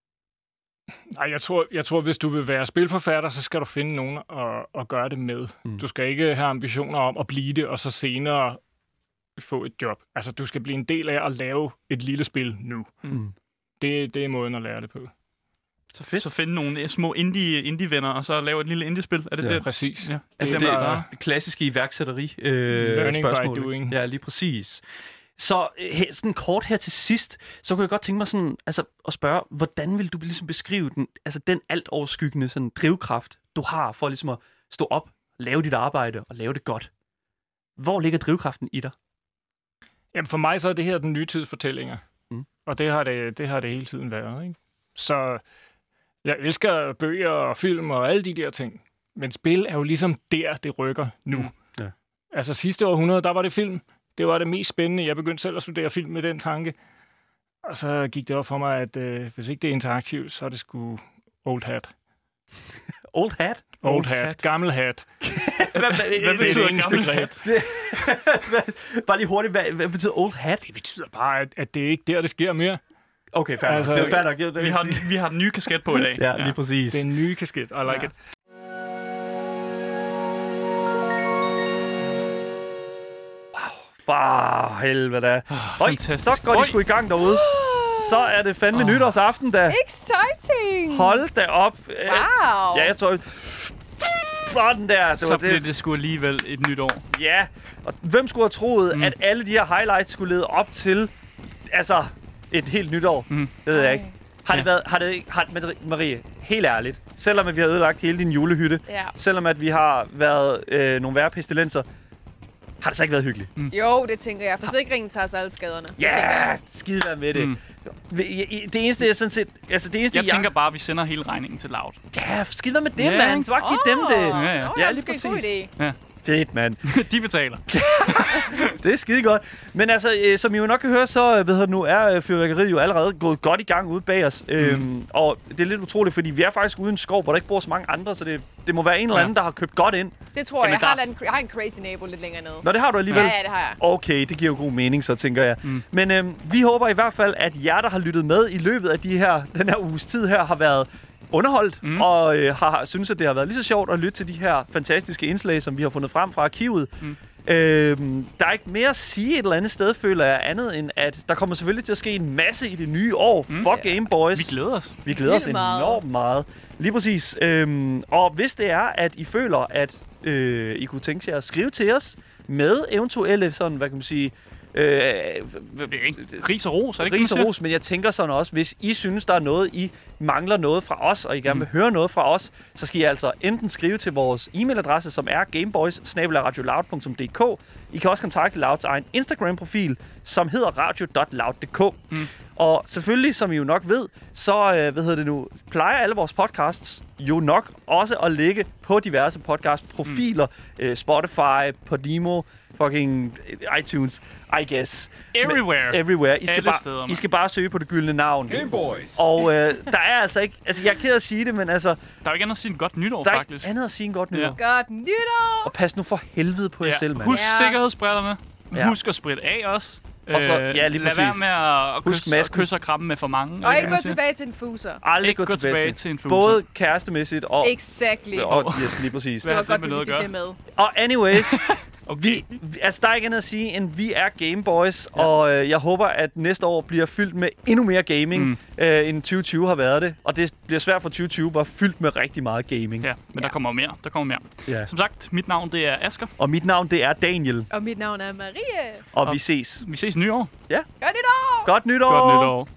Nej, jeg tror, jeg tror, hvis du vil være spilforfatter, så skal du finde nogen at, at gøre det med. Mm. Du skal ikke have ambitioner om at blive det, og så senere få et job. Altså, du skal blive en del af at lave et lille spil nu. Mm. Det, det er måden at lære det på. Så, fedt. Så finde nogle små indie, indie-venner, og så lave et lille indie-spil. Er det ja, det? Præcis. Ja. Altså, det, det er det klassiske iværksætteri øh, Learning spørgsmål. by doing. Ja, lige præcis. Så her, sådan kort her til sidst, så kunne jeg godt tænke mig sådan, altså, at spørge, hvordan vil du ligesom beskrive den, altså den alt overskyggende sådan, drivkraft, du har for ligesom at stå op, lave dit arbejde og lave det godt? Hvor ligger drivkraften i dig? Jamen for mig så er det her den nye tids fortællinger. Mm. Og det har det, det har det hele tiden været. Ikke? Så jeg elsker bøger og film og alle de der ting. Men spil er jo ligesom der, det rykker nu. Mm. Ja. Altså sidste århundrede, der var det film. Det var det mest spændende. Jeg begyndte selv at studere film med den tanke. Og så gik det op for mig, at øh, hvis ikke det er interaktivt, så er det sgu old hat. Old hat? Old, old hat. hat. Gammel hat. hvad, hvad, hvad betyder det begreb? Bare lige hurtigt, hvad, hvad betyder old hat? Det betyder bare, at, at det er ikke der, det sker mere. Okay, fair altså, nok. Fair nok. Vi har, vi har den nye kasket på i dag. Ja, lige præcis. Det er en nye kasket. I like ja. it. Wow, helvede da. Oh, fantastisk. Så går de sgu i gang derude. Så er det fandme oh. nytårsaften da. Exciting! Hold da op. Wow. Ja, jeg tror... Sådan der. Det så var blev det. det sgu alligevel et nyt år. Ja, og hvem skulle have troet, mm. at alle de her highlights skulle lede op til, altså, et helt nyt år? Mm. Det ved jeg ikke. Har det ja. været, har det, har, Marie, helt ærligt, selvom at vi har ødelagt hele din julehytte, ja. selvom at vi har været øh, nogle værre pestilenser, har det så ikke været hyggeligt? Mm. Jo, det tænker jeg. Forsikringen tager sig alle skaderne. Ja, yeah, skide være med det. Mm. Det eneste er sådan set... Altså det eneste, jeg, jeg tænker bare, at vi sender hele regningen til Loud. Ja, skide være med det, ja. mand. Så bare giv oh, dem det. Ja, ja. Nå, ja, lige præcis. God idé. Ja. Fedt, mand. De betaler. Det er skide godt. Men altså, øh, som I jo nok kan høre, så hvad hedder det nu, er fyrværkeriet jo allerede gået godt i gang ude bag os. Mm. Øhm, og det er lidt utroligt, fordi vi er faktisk ude i en skov, hvor der ikke bor så mange andre, så det, det må være en eller anden, der har købt godt ind. Det tror jeg. Jamen, jeg, har en, jeg har en crazy nabo lidt længere nede. Nå, det har du alligevel? Ja, ja, det har jeg. Okay, det giver jo god mening, så tænker jeg. Mm. Men øhm, vi håber i hvert fald, at jer, der har lyttet med i løbet af de her, den her uges tid her, har været underholdt, mm. og øh, har synes, at det har været lige så sjovt at lytte til de her fantastiske indslag, som vi har fundet frem fra arkivet. Mm. Øhm, der er ikke mere at sige et eller andet sted, føler jeg, andet end at der kommer selvfølgelig til at ske en masse i det nye år mm. for yeah. Game Boys. Vi glæder os. Vi glæder os enormt meget. Lige præcis. Øhm, og hvis det er, at I føler, at øh, I kunne tænke jer at skrive til os med eventuelle sådan, hvad kan man sige, Øh, ris og ros, er det ikke ris og ros, men jeg tænker sådan også, hvis I synes, der er noget, I mangler noget fra os, og I gerne mm. vil høre noget fra os, så skal I altså enten skrive til vores e-mailadresse, som er gameboys snabel-a radioloud punktum d k. I kan også kontakte Louds egen Instagram-profil, som hedder radio punktum loud punktum d k. Mm. Og selvfølgelig, som I jo nok ved, så øh, hvad hedder det nu, plejer alle vores podcasts jo nok også at ligge på diverse podcast-profiler. Mm. Øh, Spotify, Podimo, fucking iTunes, I guess. Everywhere. Men, everywhere. I skal, alle bare, steder, I skal bare søge på det gyldne navn. Game Boys. Og øh, der er altså ikke... Altså, jeg er ked af at sige det, men altså... Der er jo ikke andet at sige en godt nytår, der faktisk. Der er ikke andet at sige en godt nytår. Ja. Godt nytår! Og pas nu for helvede på ja. jer selv, mand. Husk ja. sikkerhedsbrillerne. Ja. Husk at spritte af os. Og så, ja, lige præcis. Lad være med at kysse, og kysse og kramme med for mange. Og ikke gå tilbage til en fuser. Aldrig ikke gå tilbage, tilbage til. til en fuser. Både kærestemæssigt og... Exactly. Og, yes, lige præcis. Det var godt, at vi fik det med. Og anyways... Okay. Vi, altså, der er ikke andet at sige, end vi er Game Boys, ja. og øh, jeg håber, at næste år bliver fyldt med endnu mere gaming, mm. øh, end tyve tyve har været det. Og det bliver svært for tyve tyve, bare fyldt med rigtig meget gaming. Ja, men ja. der kommer mere. Der kommer mere. Ja. Som sagt, mit navn det er Asger. Og mit navn det er Daniel. Og mit navn er Marie. Og, og vi ses. Vi ses nytår. Ja. Godt nytår! Godt nytår! Godt nytår!